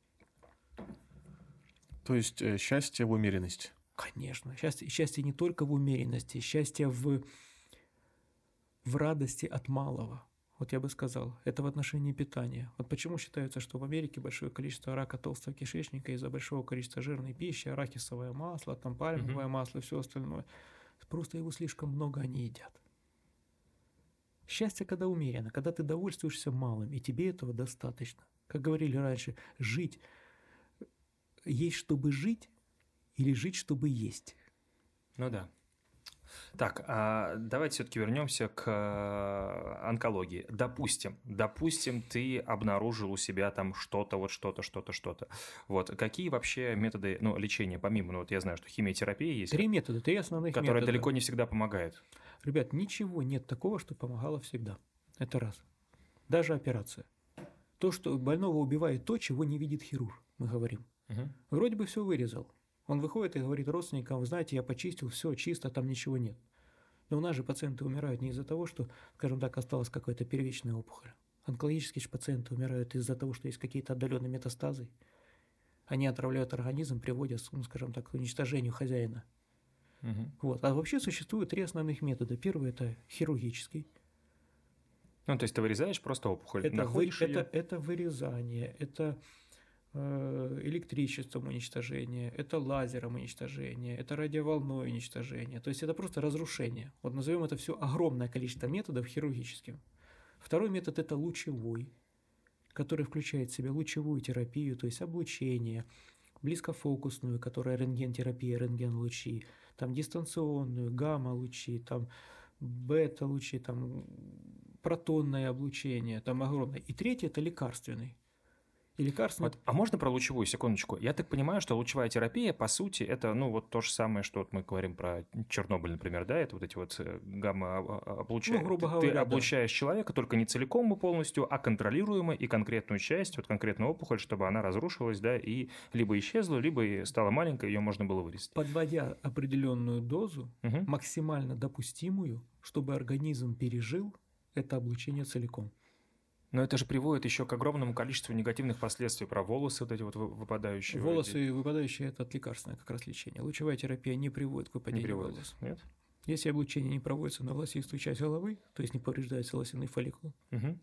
То есть счастье в умеренности? Конечно. Счастье не только в умеренности, счастье в радости от малого. Вот я бы сказал, это в отношении питания. Вот почему считается, что в Америке большое количество рака толстого кишечника из-за большого количества жирной пищи, арахисовое масло, там пальмовое масло и все остальное. Просто его слишком много они едят. Счастье, когда умеренно, когда ты довольствуешься малым, и тебе этого достаточно. Как говорили раньше, жить, есть чтобы жить, или жить, чтобы есть. Ну да. Так, давайте все-таки вернемся к онкологии. Допустим, ты обнаружил у себя там что-то. Вот какие вообще методы, лечения, помимо, вот я знаю, что химиотерапия есть. Три основных метода. Которая далеко не всегда помогает. Ребят, ничего нет такого, что помогало всегда. Это раз. Даже операция. То, что больного убивает то, чего не видит хирург, мы говорим. Угу. Вроде бы все вырезал. Он выходит и говорит родственникам: вы знаете, я почистил, все чисто, там ничего нет. Но у нас же пациенты умирают не из-за того, что, скажем так, осталась какая-то первичная опухоль. Онкологические же пациенты умирают из-за того, что есть какие-то отдаленные метастазы. Они отравляют организм, приводят, скажем так, к уничтожению хозяина. Угу. Вот. А вообще существует три основных метода. Первый – это хирургический. То есть ты вырезаешь просто опухоль, это находишь ее? Это вырезание, это электричеством уничтожение, это лазером уничтожение, это радиоволной уничтожение. То есть это просто разрушение. Вот назовем это все огромное количество методов хирургических. Второй метод – это лучевой, который включает в себя лучевую терапию, то есть облучение, близкофокусную, которая рентгентерапия, рентген-лучи, там дистанционную, гамма-лучи, там бета-лучи, там протонное облучение, там огромное. И третий – это лекарственный. И лекарственные... Вот, а можно про лучевую, секундочку? Я так понимаю, что лучевая терапия, по сути, это, ну, вот то же самое, что вот мы говорим про Чернобыль, например, да, это вот эти вот гамма-облучения. Ну, грубо Ты говоря, облучаешь человека только не целиком и полностью, а контролируемо и конкретную часть, вот конкретную опухоль, чтобы она разрушилась, да, и либо исчезла, либо и стала маленькой, ее можно было вырезать. Подводя определенную дозу, Мгм. максимально допустимую, чтобы организм пережил это облучение целиком. Но это же приводит еще к огромному количеству негативных последствий про волосы вот эти вот выпадающие. Волосы выпадающие – это от лекарственное как раз лечение. Лучевая терапия не приводит к не выпадению приводит, волос. нет? Если облучение не проводится на волосистую часть головы, то есть не повреждается волосяный фолликул, Мгм.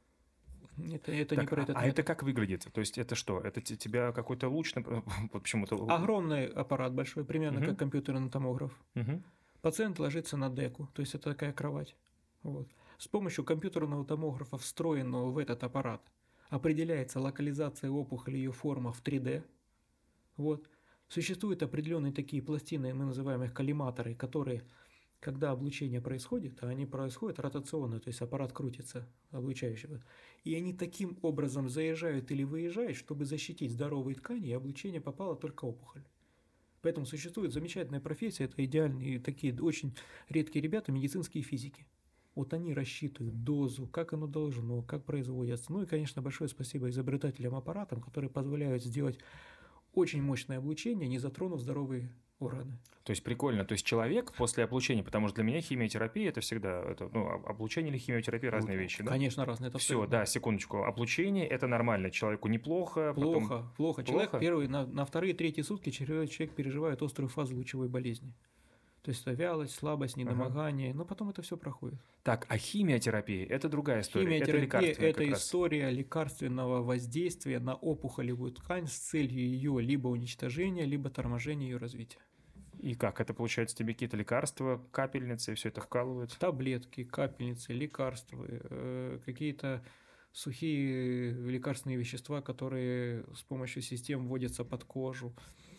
это не Так, про этот а метод. это как выглядит? То есть это что? Это тебя какой-то луч, вот почему-то... Огромный аппарат большой, примерно Мгм. как компьютерный томограф. Мгм. Пациент ложится на деку, то есть это такая кровать. Вот. С помощью компьютерного томографа, встроенного в этот аппарат, определяется локализация опухоли, ее форма в 3D. Вот. Существуют определенные такие пластины, мы называем их коллиматоры, которые, когда облучение происходит, а они происходят ротационно, то есть аппарат крутится облучающего, и они таким образом заезжают или выезжают, чтобы защитить здоровые ткани, и облучение попало только опухоль. Поэтому существует замечательная профессия, это идеальные такие очень редкие ребята, медицинские физики. Вот они рассчитывают дозу, как оно должно, как производится. Ну и, конечно, большое спасибо изобретателям аппаратам, которые позволяют сделать очень мощное облучение, не затронув здоровые органы. То есть прикольно. То есть человек после облучения, потому что для меня химиотерапия это всегда, облучение или химиотерапия разные вещи, да? Конечно, разные. Это Все, абсолютно. да, секундочку. Облучение это нормально, человеку неплохо. Плохо, плохо. Человек Плохо? первый, на вторые, третьи сутки человек переживает острую фазу лучевой болезни. То есть это вялость, слабость, недомогание, но потом это все проходит. Так, а химиотерапия это другая история. Химиотерапия это лекарственная это как раз. история лекарственного воздействия на опухолевую ткань с целью ее либо уничтожения, либо торможения ее развития. И как? Это получается тебе какие-то лекарства, капельницы, все это вкалывают? Таблетки, капельницы, лекарства, какие-то сухие лекарственные вещества, которые с помощью систем вводятся под кожу.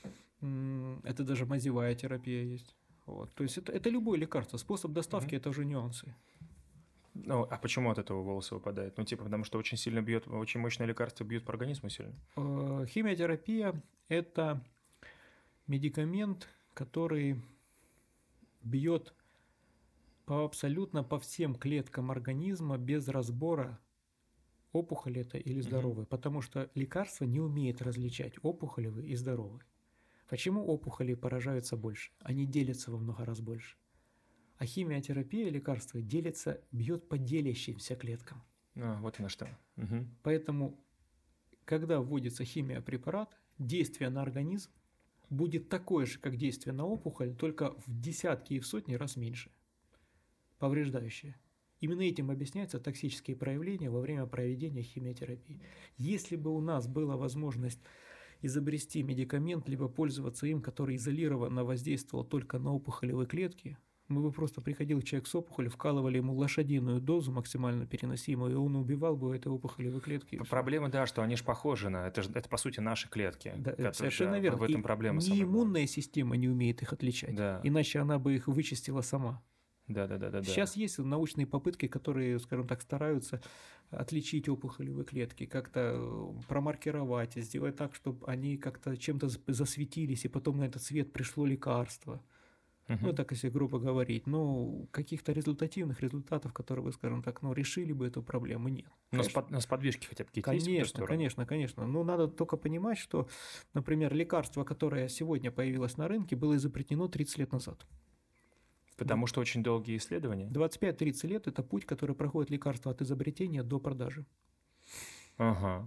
Это даже мазевая терапия есть. Вот. То есть это любое лекарство. Способ доставки это уже нюансы. Ну, а почему от этого волосы выпадают? Ну, типа, потому что очень сильно бьет, очень мощные лекарства бьют по организму сильно. Химиотерапия – это медикамент, который бьет абсолютно по всем клеткам организма без разбора, опухоль это или здоровый, потому что лекарство не умеет различать опухолевые и здоровые. Почему опухоли поражаются больше? Они делятся во много раз больше. А химиотерапия лекарства делится, бьет по делящимся клеткам. Вот на что. Угу. Поэтому, когда вводится химиопрепарат, действие на организм будет такое же, как действие на опухоль, только в десятки и в сотни раз меньше, повреждающее. Именно этим объясняются токсические проявления во время проведения химиотерапии. Если бы у нас была возможность изобрести медикамент, либо пользоваться им, который изолированно воздействовал только на опухолевые клетки, мы бы просто приходил человек с опухолью, вкалывали ему лошадиную дозу максимально переносимую, и он убивал бы этой опухолевые клетки. Проблема, да, что они же похожи на... Это по сути, наши клетки. Да, совершенно верно. В этом проблема. И иммунная система не умеет их отличать, да. Иначе она бы их вычистила сама. Да. Сейчас есть научные попытки, которые, скажем так, стараются отличить опухолевые клетки, как-то промаркировать, сделать так, чтобы они как-то чем-то засветились, и потом на этот свет пришло лекарство. Ну, так если грубо говорить, но каких-то результативных результатов, которые, скажем так, решили бы эту проблему, нет. Но с подвижки хотя бы какие-то есть? Конечно. Но надо только понимать, что, например, лекарство, которое сегодня появилось на рынке, было изобретено 30 лет назад. Потому что очень долгие исследования? 25-30 лет – это путь, который проходит лекарство от изобретения до продажи. Ага.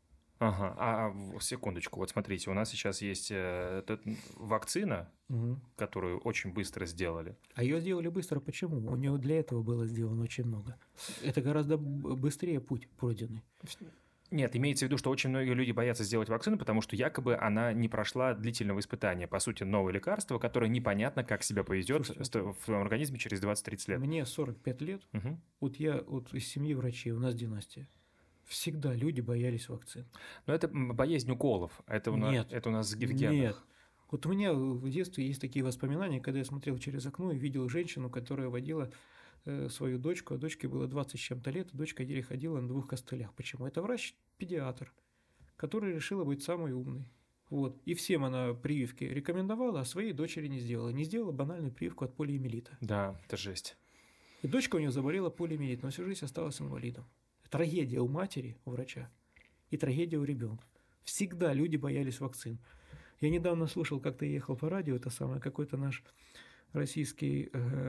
Секундочку, вот смотрите, у нас сейчас есть вакцина, которую очень быстро сделали. А ее сделали быстро, почему? У нее для этого было сделано очень много. Это гораздо быстрее путь пройденный. Нет, имеется в виду, что очень многие люди боятся сделать вакцину, потому что якобы она не прошла длительного испытания. По сути, новое лекарство, которое непонятно, как себя поведет в твоем организме через 20-30 лет. Мне 45 лет, вот я из семьи врачей, у нас династия. Всегда люди боялись вакцин. Но это боязнь уколов. Это у нас в генах. Нет. Вот у меня в детстве есть такие воспоминания, когда я смотрел через окно и видел женщину, которая водила свою дочку, а дочке было 20 с чем-то лет, и дочка еле ходила на 2 костылях. Почему? Это врач-педиатр, которая решила быть самой умной. Вот. И всем она прививки рекомендовала, а своей дочери не сделала. Не сделала банальную прививку от полиомиелита. Да, это жесть. И дочка у нее заболела полиомиелитом, но всю жизнь осталась инвалидом. Трагедия у матери, у врача, и трагедия у ребенка. Всегда люди боялись вакцин. Я недавно слушал, как-то ехал по радио, это самое, какой-то наш российский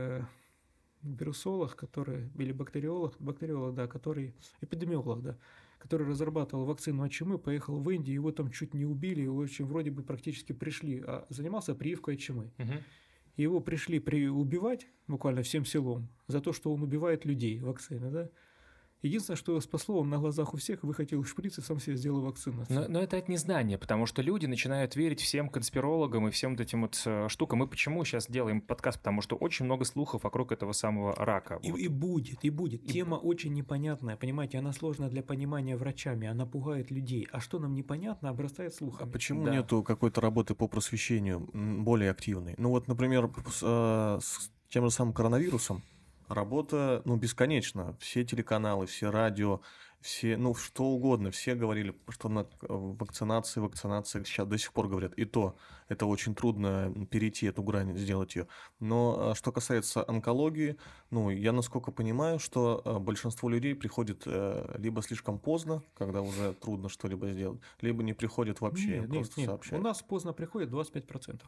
вирусолог, который, или бактериолог, да, который, эпидемиолог, да, который разрабатывал вакцину от чумы, поехал в Индию, его там чуть не убили, его очень вроде бы практически пришли, а занимался прививкой от чумы. Его пришли убивать буквально всем селом за то, что он убивает людей, вакцины, да. Единственное, что его спасло, он на глазах у всех выхватил шприц и сам себе сделал вакцинацию. Но это от незнания, потому что люди начинают верить всем конспирологам и всем вот этим вот штукам. Мы почему сейчас делаем подкаст? Потому что очень много слухов вокруг этого самого рака. И будет. Тема очень непонятная, понимаете, она сложная для понимания врачами, она пугает людей. А что нам непонятно, обрастает слухами. А почему нету какой-то работы по просвещению более активной? Ну вот, например, с тем же самым коронавирусом работа, бесконечна. Все телеканалы, все радио, все, что угодно, все говорили, что вакцинация, сейчас до сих пор говорят. И то, это очень трудно перейти эту грань, сделать ее. Но что касается онкологии, я насколько понимаю, что большинство людей приходит либо слишком поздно, когда уже трудно что-либо сделать, либо не приходят вообще, просто сообщают. У нас поздно приходит 25%.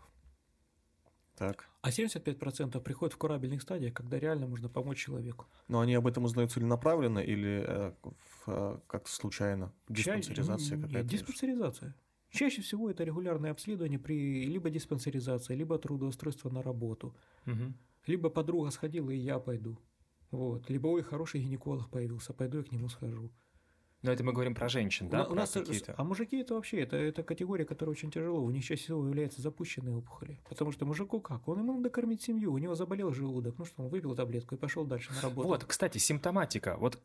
Так. А 75% приходят в курабельных стадиях, когда реально можно помочь человеку. Но они об этом узнают целенаправленно или как-то случайно? Диспансеризация какая-то? Диспансеризация. Чаще всего это регулярное обследование при либо диспансеризации, либо трудоустройство на работу. Либо подруга сходила, и я пойду. Вот. Либо, ой, хороший гинеколог появился, пойду я к нему схожу. Но это мы говорим про женщин, да? А мужики это вообще, это категория, которая очень тяжело. У них чаще всего являются запущенные опухоли. Потому что мужику как? Ему надо кормить семью, у него заболел желудок. Он выпил таблетку и пошел дальше на работу. Вот, кстати, симптоматика. Вот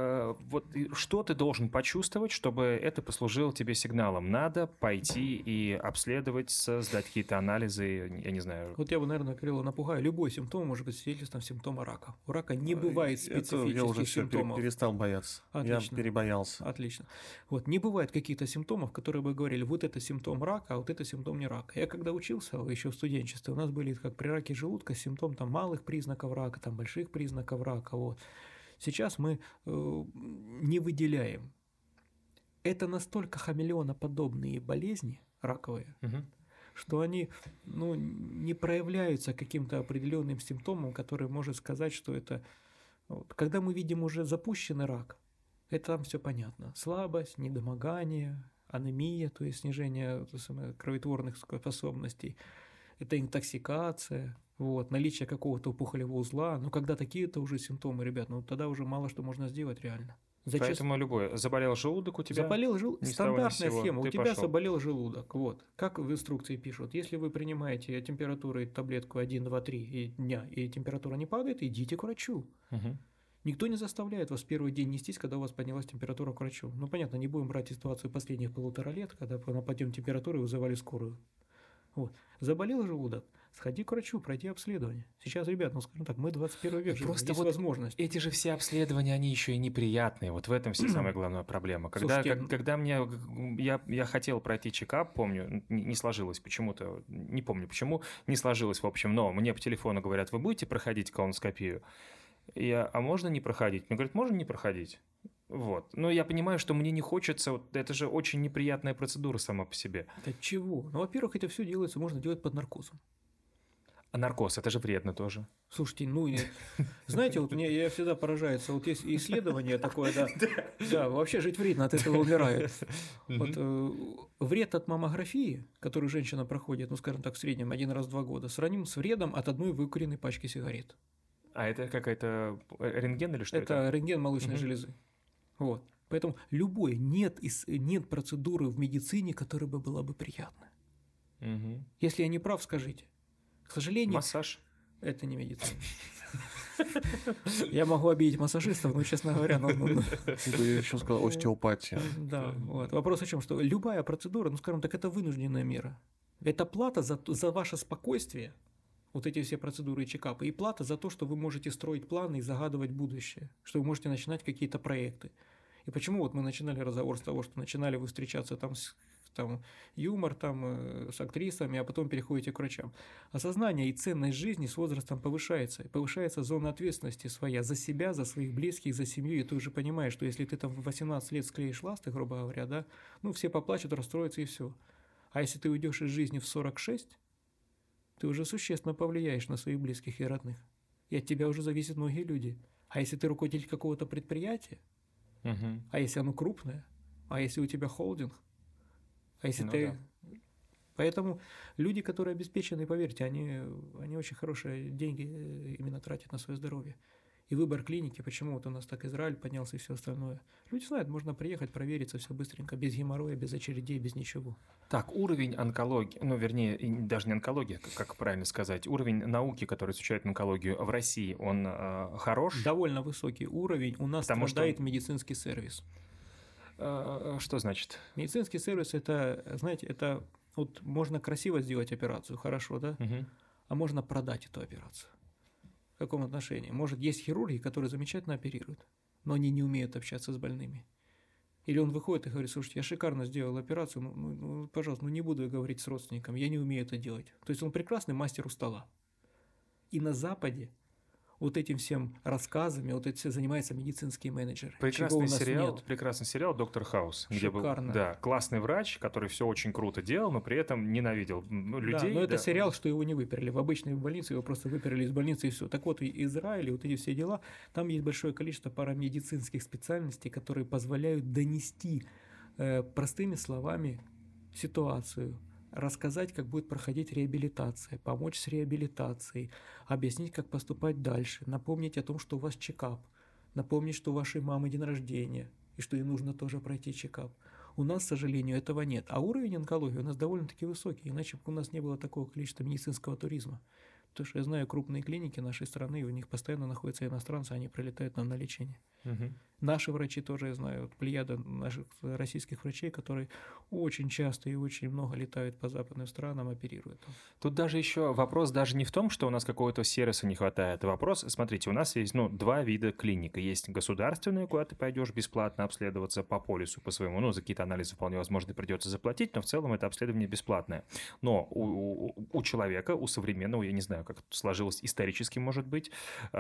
что ты должен почувствовать, чтобы это послужило тебе сигналом? Надо пойти и обследовать, сдать какие-то анализы, я не знаю. Вот я бы, наверное, Кирилла напугаю. Любой симптом может быть свидетельством симптома рака. У рака не бывает специфических я уже симптомов. перестал бояться. Отлично. Я перебоялся. Отлично. Вот, не бывает каких-то симптомов, которые бы говорили, вот это симптом рака, а вот это симптом не рака. Я когда учился еще в студенчестве, у нас были как при раке желудка симптом малых признаков рака, больших признаков рака. Вот. Сейчас мы не выделяем. Это настолько хамелеоноподобные болезни раковые, что они не проявляются каким-то определенным симптомом, который может сказать, что это... Когда мы видим уже запущенный рак, это там все понятно. Слабость, недомогание, анемия, то есть снижение кроветворных способностей. Это интоксикация, наличие какого-то опухолевого узла. Когда такие-то уже симптомы, ребят, тогда уже мало что можно сделать реально. Поэтому любое. Заболел желудок у тебя? Заболел желудок. Стандартная схема. У тебя заболел желудок. Вот. Как в инструкции пишут. Если вы принимаете температуру таблетку 1, 2, 3 дня, и температура не падает, идите к врачу. Никто не заставляет вас в первый день нестись, когда у вас поднялась температура к врачу. Понятно, не будем брать ситуацию последних 1,5 лет, когда на подъем температуры вызывали скорую. Вот. Заболел желудок, сходи к врачу, пройди обследование. Сейчас, ребят, скажем так, мы 21 век живем, просто есть возможность. Эти же все обследования, они еще и неприятные. Вот в этом вся самая главная проблема. Когда я хотел пройти чекап, помню, не сложилось почему-то, не помню почему, не сложилось в общем, но мне по телефону говорят, вы будете проходить колоноскопию? А можно не проходить? Мне говорят, можно не проходить. Вот. Но я понимаю, что мне не хочется, это же очень неприятная процедура сама по себе. От чего? Во-первых, это все делается, можно делать под наркозом. А наркоз, это же вредно тоже. Слушайте, знаете, я всегда поражаюсь, есть исследование такое, да, вообще жить вредно, от этого умирают. Вред от маммографии, который женщина проходит, скажем так, в среднем 1 раз в 2 года, сравним с вредом от одной выкуренной пачки сигарет. А это какая-то рентген или что это? Это рентген молочной железы. Вот. Поэтому нет процедуры в медицине, которая была бы приятна. Если я не прав, скажите. К сожалению... Массаж? Это не медицина. Я могу обидеть массажистов, но, честно говоря... Я еще сказал остеопатия. Да, вопрос о чем, что любая процедура, скажем так, это вынужденная мера. Это плата за ваше спокойствие, вот эти все процедуры и чекапы, и плата за то, что вы можете строить планы и загадывать будущее, что вы можете начинать какие-то проекты. И почему вот мы начинали разговор с того, что начинали вы встречаться там с юмор с актрисами, а потом переходите к врачам. Осознание и ценность жизни с возрастом повышается. Повышается зона ответственности своя за себя, за своих близких, за семью. И ты уже понимаешь, что если ты там в 18 лет склеишь ласты, грубо говоря, да, ну все поплачут, расстроятся и все. А если ты уйдешь из жизни в 46, ты уже существенно повлияешь на своих близких и родных. И от тебя уже зависят многие люди. А если ты руководитель какого-то предприятия, а если оно крупное, а если у тебя холдинг, а если ты... Да. Поэтому люди, которые обеспечены, поверьте, они очень хорошие деньги именно тратят на свое здоровье. И выбор клиники, почему вот у нас так Израиль поднялся и все остальное. Люди знают, можно приехать, провериться, все быстренько, без геморроя, без очередей, без ничего. Так, уровень онкологии, ну, вернее, даже не онкология, как правильно сказать, уровень науки, который изучает онкологию в России, он хорош? Довольно высокий уровень. У нас страдает медицинский сервис. Что значит? Медицинский сервис – это, знаете, это вот можно красиво сделать операцию, хорошо, да? А можно продать эту операцию. В каком отношении? Может, есть хирурги, которые замечательно оперируют, но они не умеют общаться с больными. Или он выходит и говорит: слушайте, я шикарно сделал операцию, пожалуйста, не буду я говорить с родственником, я не умею это делать. То есть он прекрасный мастер у стола. И на Западе вот этим всем рассказами, вот это все занимаются медицинские менеджеры. Прекрасный сериал «Доктор Хаус», где был классный врач, который все очень круто делал, но при этом ненавидел людей. Да, но это сериал, что его не выперли. В обычной больнице его просто выперли из больницы и все. Так вот, и Израиль, вот эти все дела, там есть большое количество парамедицинских специальностей, которые позволяют донести простыми словами ситуацию, рассказать, как будет проходить реабилитация, помочь с реабилитацией, объяснить, как поступать дальше, напомнить о том, что у вас чекап, напомнить, что у вашей мамы день рождения, и что ей нужно тоже пройти чекап. У нас, к сожалению, этого нет. А уровень онкологии у нас довольно-таки высокий, иначе бы у нас не было такого количества медицинского туризма. Потому что я знаю крупные клиники нашей страны, и у них постоянно находятся иностранцы, они прилетают нам на лечение. Наши врачи тоже, я знаю, плеяда наших российских врачей, которые очень часто и очень много летают по западным странам, оперируют. Тут даже еще вопрос даже не в том, что у нас какого-то сервиса не хватает. Вопрос, смотрите, у нас есть два вида клиник. Есть государственные, куда ты пойдешь бесплатно обследоваться по полису, по своему, за какие-то анализы вполне возможно придется заплатить, но в целом это обследование бесплатное. Но у человека, у современного, я не знаю, как это сложилось исторически, может быть,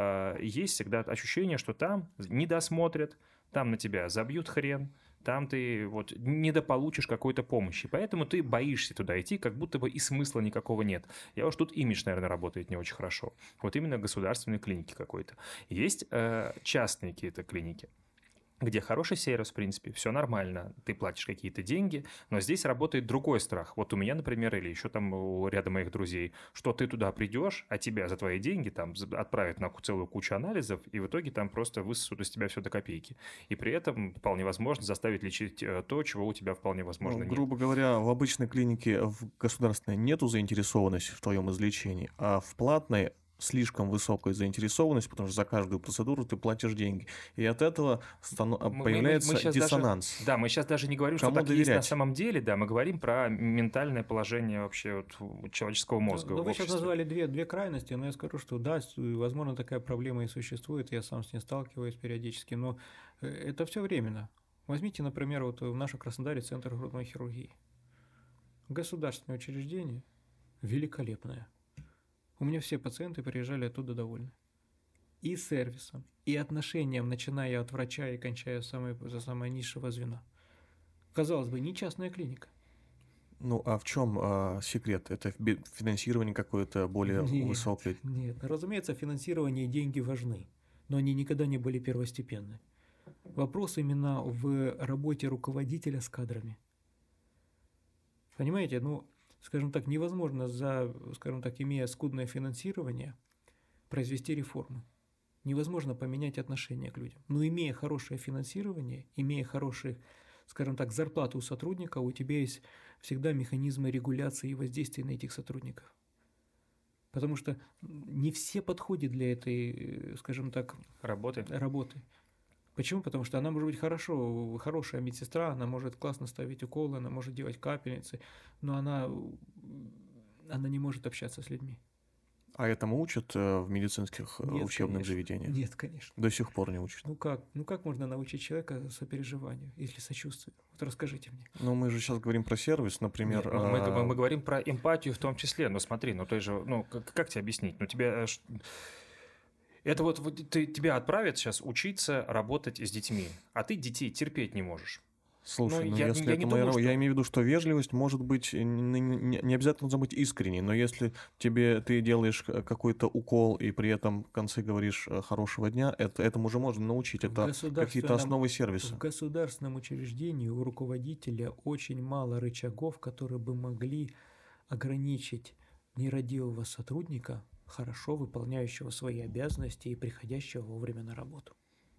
есть всегда ощущение, что там недосмотрят, там на тебя забьют хрен, там ты недополучишь какой-то помощи. Поэтому ты боишься туда идти, как будто бы и смысла никакого нет. Я уж тут имидж, наверное, работает не очень хорошо. Вот именно государственные клиники какой-то. Есть частные какие-то клиники, где хороший сервис, в принципе, все нормально, ты платишь какие-то деньги, но здесь работает другой страх. Вот у меня, например, или еще там у ряда моих друзей, что ты туда придешь, а тебя за твои деньги там отправят на целую кучу анализов, и в итоге там просто высосут из тебя все до копейки. И при этом вполне возможно заставить лечить то, чего у тебя вполне возможно нет. Грубо говоря, в обычной клинике, в государственной нету заинтересованности в твоем излечении, а в платной слишком высокая заинтересованность, потому что за каждую процедуру ты платишь деньги. И от этого появляется диссонанс. Мы сейчас даже не говорим, что так есть на самом деле, мы говорим про ментальное положение вообще человеческого мозга. Вы сейчас назвали две крайности, но я скажу, что да, возможно, такая проблема и существует, я сам с ней сталкиваюсь периодически, но это все временно. Возьмите, например, вот в нашем Краснодаре центр грудной хирургии. Государственное учреждение великолепное. У меня все пациенты приезжали оттуда довольны. И сервисом, и отношением, начиная от врача и кончая самое низшего звена. Казалось бы, не частная клиника. Ну, а в чем секрет? Это финансирование какое-то более высокое? Нет, разумеется, финансирование и деньги важны, но они никогда не были первостепенны. Вопрос именно в работе руководителя с кадрами. Понимаете, скажем так, невозможно, имея скудное финансирование, произвести реформы. Невозможно поменять отношение к людям. Но имея хорошее финансирование, имея хорошие, скажем так, зарплату у сотрудника, у тебя есть всегда механизмы регуляции и воздействия на этих сотрудников. Потому что не все подходят для этой, скажем так, работы. Почему? Потому что она может быть хорошая медсестра, она может классно ставить уколы, она может делать капельницы, но она не может общаться с людьми. А этому учат в медицинских Нет, учебных конечно. заведениях? Нет, конечно. До сих пор не учат. Ну как можно научить человека сопереживанию, если сочувствию? Вот расскажите мне. Ну, мы же сейчас говорим про сервис, например. Нет, мы говорим про эмпатию в том числе. Но смотри, ну ты же, ну как тебе объяснить? Ну тебе... Это вот тебя отправят сейчас учиться работать с детьми, а ты детей терпеть не можешь. Слушай, Ну, если это моя работа, я имею в виду, что вежливость может быть не обязательно должна быть искренней, но если ты делаешь какой-то укол и при этом в конце говоришь хорошего дня, этому уже можно научить. Это какие-то основы сервиса. В государственном учреждении у руководителя очень мало рычагов, которые бы могли ограничить нерадивого сотрудника, хорошо выполняющего свои обязанности и приходящего вовремя на работу.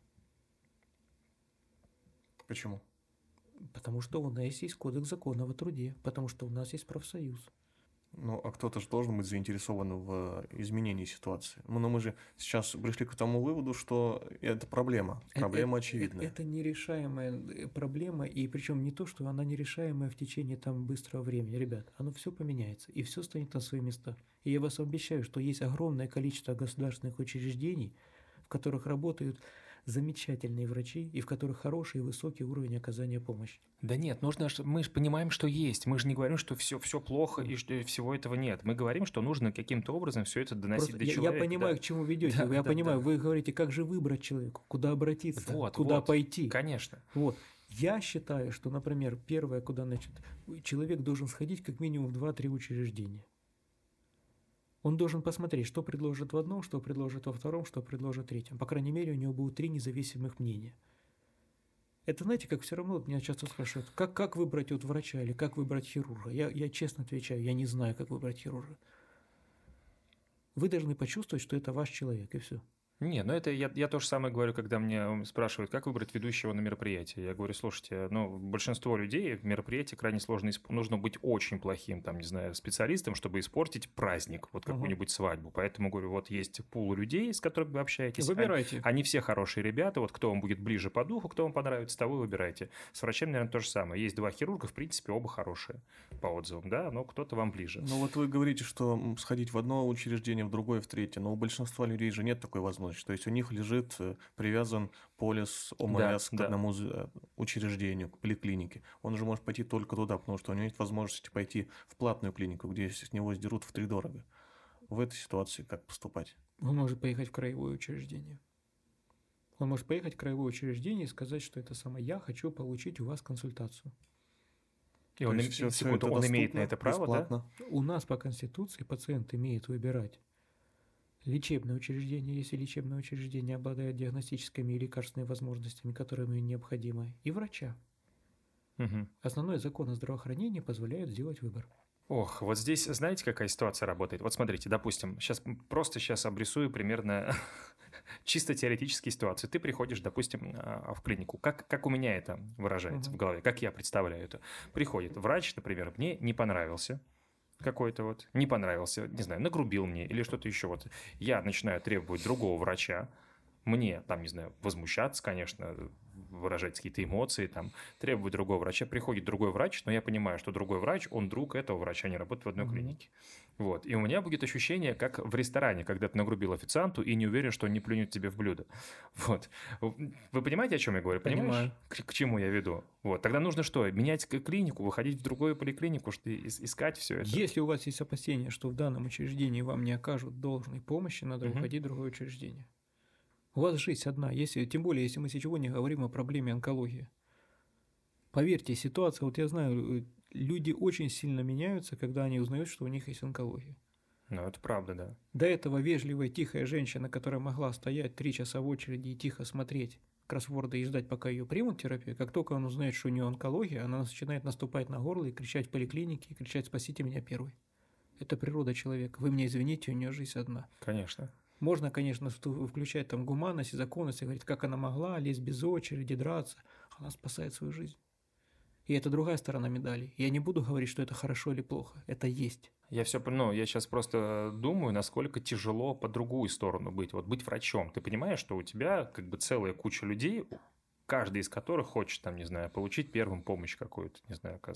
Почему? Потому что у нас есть кодекс закона о труде, потому что у нас есть профсоюз. Ну, а кто-то же должен быть заинтересован в изменении ситуации. Но мы же сейчас пришли к тому выводу, что это проблема. Проблема очевидная. Это нерешаемая проблема, и причем не то, что она нерешаемая в течение быстрого времени. Ребят, оно все поменяется, и все станет на свои места. И я вас обещаю, что есть огромное количество государственных учреждений, в которых работают замечательные врачи и в которых хороший и высокий уровень оказания помощи. Да нет, мы же понимаем, что есть. Мы же не говорим, что все плохо и что всего этого нет. Мы говорим, что нужно каким-то образом все это доносить Просто до человека. Я понимаю, к чему ведете. Я понимаю, вы говорите, как же выбрать человеку, куда обратиться, куда пойти. Конечно. Вот. Я считаю, что, например, первое, куда человек должен сходить как минимум в 2-3 учреждения. Он должен посмотреть, что предложат в одном, что предложат во втором, что предложат в третьем. По крайней мере, у него будут 3 независимых мнения. Это, знаете, как все равно, меня часто спрашивают, как выбрать врача или как выбрать хирурга. Я честно отвечаю, я не знаю, как выбрать хирурга. Вы должны почувствовать, что это ваш человек, и все. Не, ну это я то же самое говорю, когда мне спрашивают, как выбрать ведущего на мероприятие. Я говорю, слушайте, большинство людей в мероприятии крайне сложно, нужно быть очень плохим, специалистом, чтобы испортить праздник, вот какую-нибудь свадьбу. Поэтому, говорю, вот есть пул людей, с которыми вы общаетесь. Выбирайте. Они все хорошие ребята, вот кто вам будет ближе по духу, кто вам понравится, того выбирайте. С врачами, наверное, то же самое. Есть 2 хирурга, в принципе, оба хорошие по отзывам, да, но кто-то вам ближе. Ну вот вы говорите, что сходить в одно учреждение, в другое, в третье, но у большинства людей же нет такой возможности. То есть у них привязан полис ОМС к одному учреждению, к поликлинике. Он же может пойти только туда, потому что у него есть возможность пойти в платную клинику, где с него сдерут втридорого. В этой ситуации как поступать? Он может поехать в краевое учреждение. Он может поехать в краевое учреждение и сказать, что это самое «я хочу получить у вас консультацию». И он имеет на это право, бесплатно. Да? У нас по Конституции пациент имеет выбирать лечебное учреждение, если лечебное учреждение обладает диагностическими и лекарственными возможностями, которые ему необходимы, и врача. Угу. Основной закон о здравоохранении позволяет сделать выбор. Ох, вот здесь знаете, какая ситуация работает? Вот смотрите, допустим, сейчас обрисую примерно чисто теоретические ситуации. Ты приходишь, допустим, в клинику. Как у меня это выражается в голове? Как я представляю это? Приходит врач, например, мне не понравился. Какой-то не понравился, не знаю, нагрубил мне или что-то еще. Я начинаю требовать другого врача, мне, возмущаться, конечно, выражать какие-то эмоции, требовать другого врача. Приходит другой врач, но я понимаю, что другой врач, он друг этого врача, не работает в одной клинике. Вот. И у меня будет ощущение, как в ресторане, когда ты нагрубил официанту и не уверен, что он не плюнет тебе в блюдо. Вот. Вы понимаете, о чем я говорю? Понимаю. К чему я веду? Вот. Тогда нужно что? Менять клинику, выходить в другую поликлинику, искать все это. Если у вас есть опасения, что в данном учреждении вам не окажут должной помощи, надо уходить в другое учреждение. У вас жизнь одна, тем более, если мы сейчас не говорим о проблеме онкологии. Поверьте, ситуация, я знаю, люди очень сильно меняются, когда они узнают, что у них есть онкология. Ну, это правда, да. До этого вежливая, тихая женщина, которая могла стоять 3 часа в очереди и тихо смотреть кроссворды и ждать, пока ее примут терапию, как только она узнает, что у нее онкология, она начинает наступать на горло и кричать в поликлинике, и кричать «спасите меня первой». Это природа человека. Вы меня извините, у нее жизнь одна. Конечно. Можно, конечно, включать гуманность и законность и говорить, как она могла лезть без очереди, драться. Она спасает свою жизнь. И это другая сторона медали. Я не буду говорить, что это хорошо или плохо. Это есть. Я сейчас просто думаю, насколько тяжело по другую сторону быть. Вот быть врачом. Ты понимаешь, что у тебя целая куча людей, каждый из которых хочет, получить первым помощь какую-то,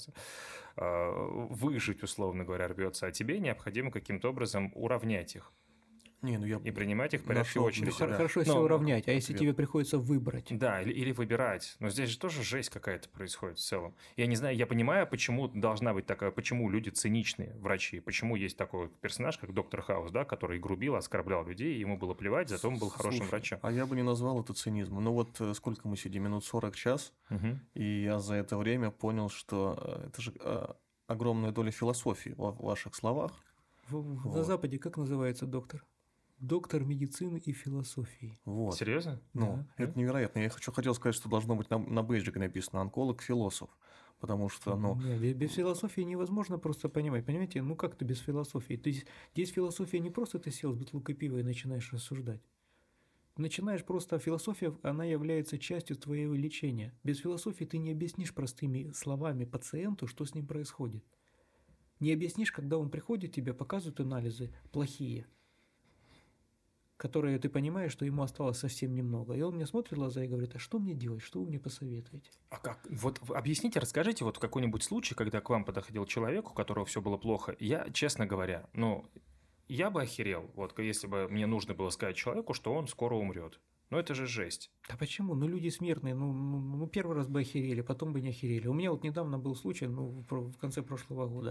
выжить, условно говоря, рвется, а тебе необходимо каким-то образом уравнять их. Не, ну я и принимать их в порядке нашел очереди. для себя Хорошо, если Но- уравнять, а если ответ. тебе приходится выбрать? Да, или выбирать. Но здесь же тоже жесть какая-то происходит в целом. Я не знаю, я понимаю, почему должна быть такая, почему люди циничные, врачи, почему есть такой персонаж, как доктор Хаус, да, который грубил, оскорблял людей, и ему было плевать, зато он был хорошим Слушай, врачом. А я бы не назвал это цинизмом. Ну вот сколько мы сидим? Минут 40, час. Мгм. И я за это время понял, что это же огромная доля философии в ваших словах. На Вот. Западе как называется доктор? Доктор медицины и философии. Вот. Серьезно? Ну, Да. это невероятно. Я хотел сказать, что должно быть на бейджике написано онколог-философ. Потому что, ну, Не, без философии невозможно просто понимать. Понимаете, ну как ты без философии? Здесь философия не просто ты сел с бутылкой пива и начинаешь рассуждать. Начинаешь просто, философия, она является частью твоего лечения. Без философии ты не объяснишь простыми словами пациенту, что с ним происходит. Не объяснишь, когда он приходит, тебе показывают анализы плохие, которые ты понимаешь, что ему осталось совсем немного. И он мне смотрит в глаза и говорит: а что мне делать, что вы мне посоветуете? А как? Вот объясните, расскажите вот какой-нибудь случай, когда к вам подходил человек, у которого все было плохо. Я, честно говоря, я бы охерел, вот если бы мне нужно было сказать человеку, что он скоро умрет. Ну это же жесть. Да почему? Ну люди смертные, первый раз бы охерели, потом бы не охерели. У меня вот недавно был случай, в конце прошлого года.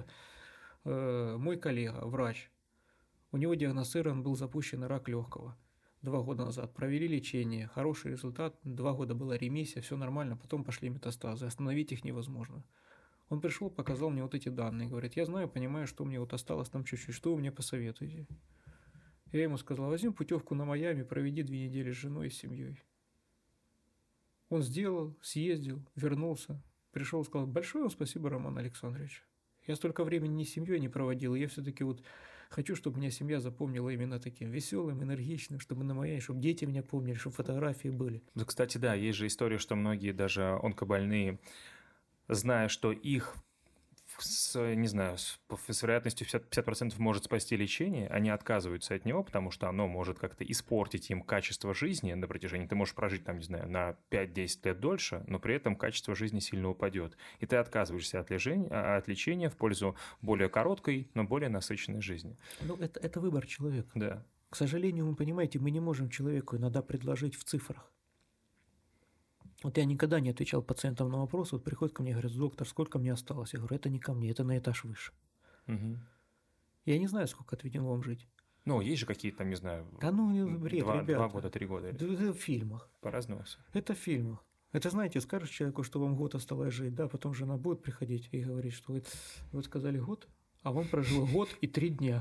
Мой коллега, врач, у него диагностирован был запущен рак легкого 2 года назад. Провели лечение, хороший результат, 2 года была ремиссия, все нормально, потом пошли метастазы, остановить их невозможно. Он пришел, показал мне вот эти данные, говорит: я знаю, понимаю, что мне вот осталось там чуть-чуть, что вы мне посоветуете? Я ему сказал: возьми путевку на Майами, проведи 2 недели с женой и семьей. Он сделал, съездил, вернулся, пришел и сказал: большое вам спасибо, Роман Александрович. Я столько времени ни с семьей не проводил, и я все-таки вот хочу, чтобы меня семья запомнила именно таким веселым, энергичным, чтобы на Майами, чтобы дети меня помнили, чтобы фотографии были. Да, кстати, да, есть же история, что многие даже онкобольные, зная, что их с вероятностью 50% может спасти лечение, они отказываются от него, потому что оно может как-то испортить им качество жизни на протяжении. Ты можешь прожить там, не знаю, на 5-10 лет дольше, но при этом качество жизни сильно упадет. И ты отказываешься от лечения в пользу более короткой, но более насыщенной жизни. Ну, это выбор человека. Да. К сожалению, вы понимаете, мы не можем человеку иногда предложить в цифрах. Вот я никогда не отвечал пациентам на вопрос, вот приходит ко мне и говорит: доктор, сколько мне осталось? Я говорю: это не ко мне, это на этаж выше. Угу. Я не знаю, сколько отведено вам жить. Ну, есть же какие-то там, не знаю, Да ну, бред, 2 ребята. года, 3 года. Да это в фильмах. По-разному все. Это в фильмах. Это, знаете, скажешь человеку, что вам год осталось жить, да, потом жена будет приходить и говорить, что вы сказали год, а вам прожило год и 3 дня.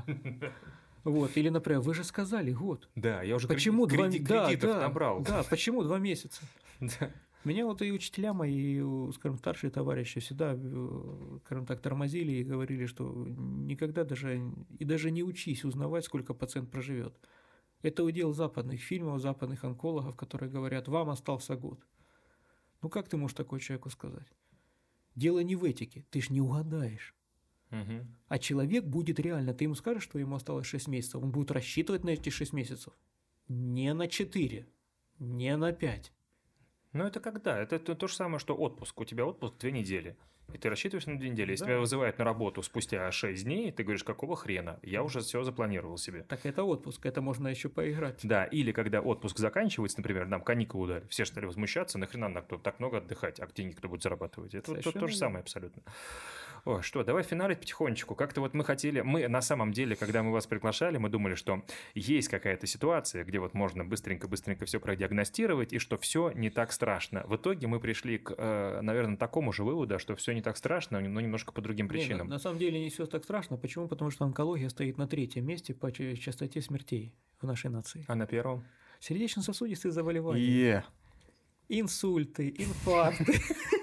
Вот, или, например, вы же сказали год. Да, я уже Почему кредитов набрал. Да, почему 2 месяца? Да. Меня вот и учителя мои, скажем, старшие товарищи всегда, скажем так, тормозили и говорили, что никогда даже не учись узнавать, сколько пациент проживет. Это удел западных фильмов, западных онкологов, которые говорят: вам остался год. Ну как ты можешь такой человеку сказать? Дело не в этике, ты ж не угадаешь. Угу. А человек будет реально, ты ему скажешь, что ему осталось 6 месяцев, он будет рассчитывать на эти 6 месяцев. Не на 4, не на 5. Ну, это когда? Это то же самое, что отпуск. У тебя отпуск 2 недели. И ты рассчитываешь на 2 недели. Если Да. тебя вызывают на работу спустя 6 дней, ты говоришь: какого хрена? Я уже все запланировал себе. Так это отпуск, это можно еще поиграть. Да, или когда отпуск заканчивается, например, нам каникулы дали, все стали возмущаться: нахрена нам так много отдыхать, а деньги кто будет зарабатывать? Это вот то же Совершенно самое абсолютно. Ой, что, давай финалить потихонечку. Как-то вот мы на самом деле, когда мы вас приглашали, мы думали, что есть какая-то ситуация, где вот можно быстренько все продиагностировать, и что все не так страшно. В итоге мы пришли к, наверное, такому же выводу, что все не так страшно, но немножко по другим причинам. Не, на самом деле не все так страшно. Почему? Потому что онкология стоит на 3-м месте по частоте смертей в нашей нации. А на 1-м? Сердечно-сосудистые заболевания, инсульты, инфаркты.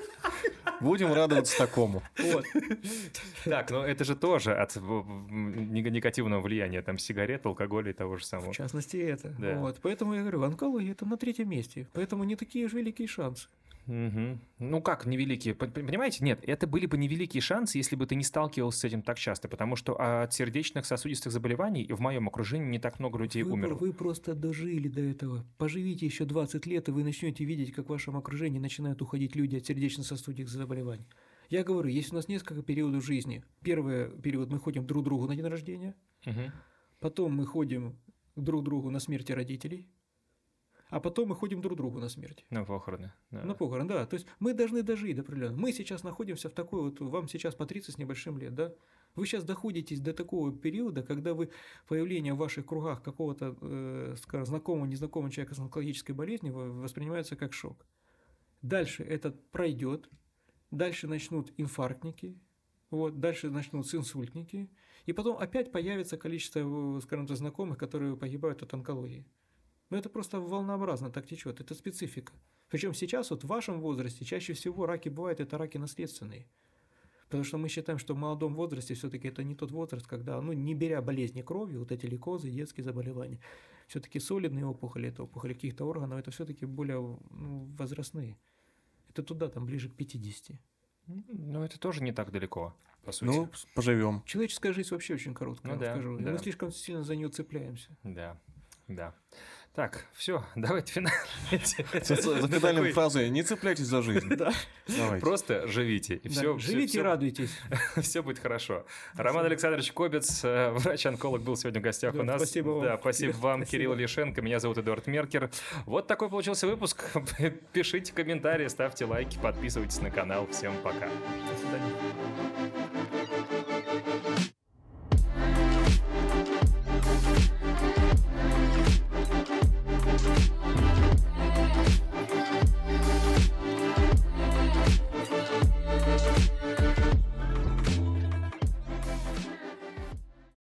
Будем радоваться такому. Вот. Так, но это же тоже от негативного влияния там сигарет, алкоголя и того же самого. В частности, это. Да. Вот. Поэтому я говорю, онкология это на 3-м месте. Поэтому не такие уж великие шансы. Угу. Ну как невеликие? Понимаете, нет, это были бы невеликие шансы, если бы ты не сталкивался с этим так часто, потому что от сердечных сосудистых заболеваний в моем окружении не так много людей умерло. Вы просто дожили до этого. Поживите еще 20 лет, и вы начнете видеть, как в вашем окружении начинают уходить люди от сердечно-сосудистых заболеваний. Я говорю, есть у нас несколько периодов жизни. Первый период мы ходим друг к другу на день рождения, Угу. потом мы ходим друг другу на смерти родителей, а потом мы ходим друг другу на смерть. На похороны. Да. На похороны, да. То есть мы должны дожить до определенного. Мы сейчас находимся в такой вот, вам сейчас по 30 с небольшим лет, да? Вы сейчас доходите до такого периода, когда вы появление в ваших кругах какого-то, скажем, знакомого, незнакомого человека с онкологической болезнью воспринимается как шок. Дальше это пройдет, дальше начнут инфарктники, вот, дальше начнутся инсультники, и потом опять появится количество, скажем так, знакомых, которые погибают от онкологии. Но это просто волнообразно так течет, это специфика. Причем сейчас вот в вашем возрасте чаще всего раки бывают, это раки наследственные. Потому что мы считаем, что в молодом возрасте все-таки это не тот возраст, когда, ну, не беря болезни крови, вот эти лейкозы, детские заболевания, все-таки солидные опухоли, это опухоли каких-то органов, это все-таки более возрастные. Это туда, там, ближе к 50. Ну, это тоже не так далеко, по сути. Ну, поживем. Человеческая жизнь вообще очень короткая, Ну, да, скажу. да. Мы слишком сильно за нее цепляемся. Да, да. Так, все, давайте За финальной фразой «не цепляйтесь за жизнь». Давайте. Просто живите. И все, живите и радуйтесь. Все будет хорошо. Роман Александрович Кобец, врач-онколог, был сегодня в гостях у нас. Спасибо вам. Да, спасибо вам, Спасибо. Кирилл Лишенко. Меня зовут Эдуард Меркер. Вот такой получился выпуск. Пишите комментарии, ставьте лайки, подписывайтесь на канал. Всем пока. До свидания.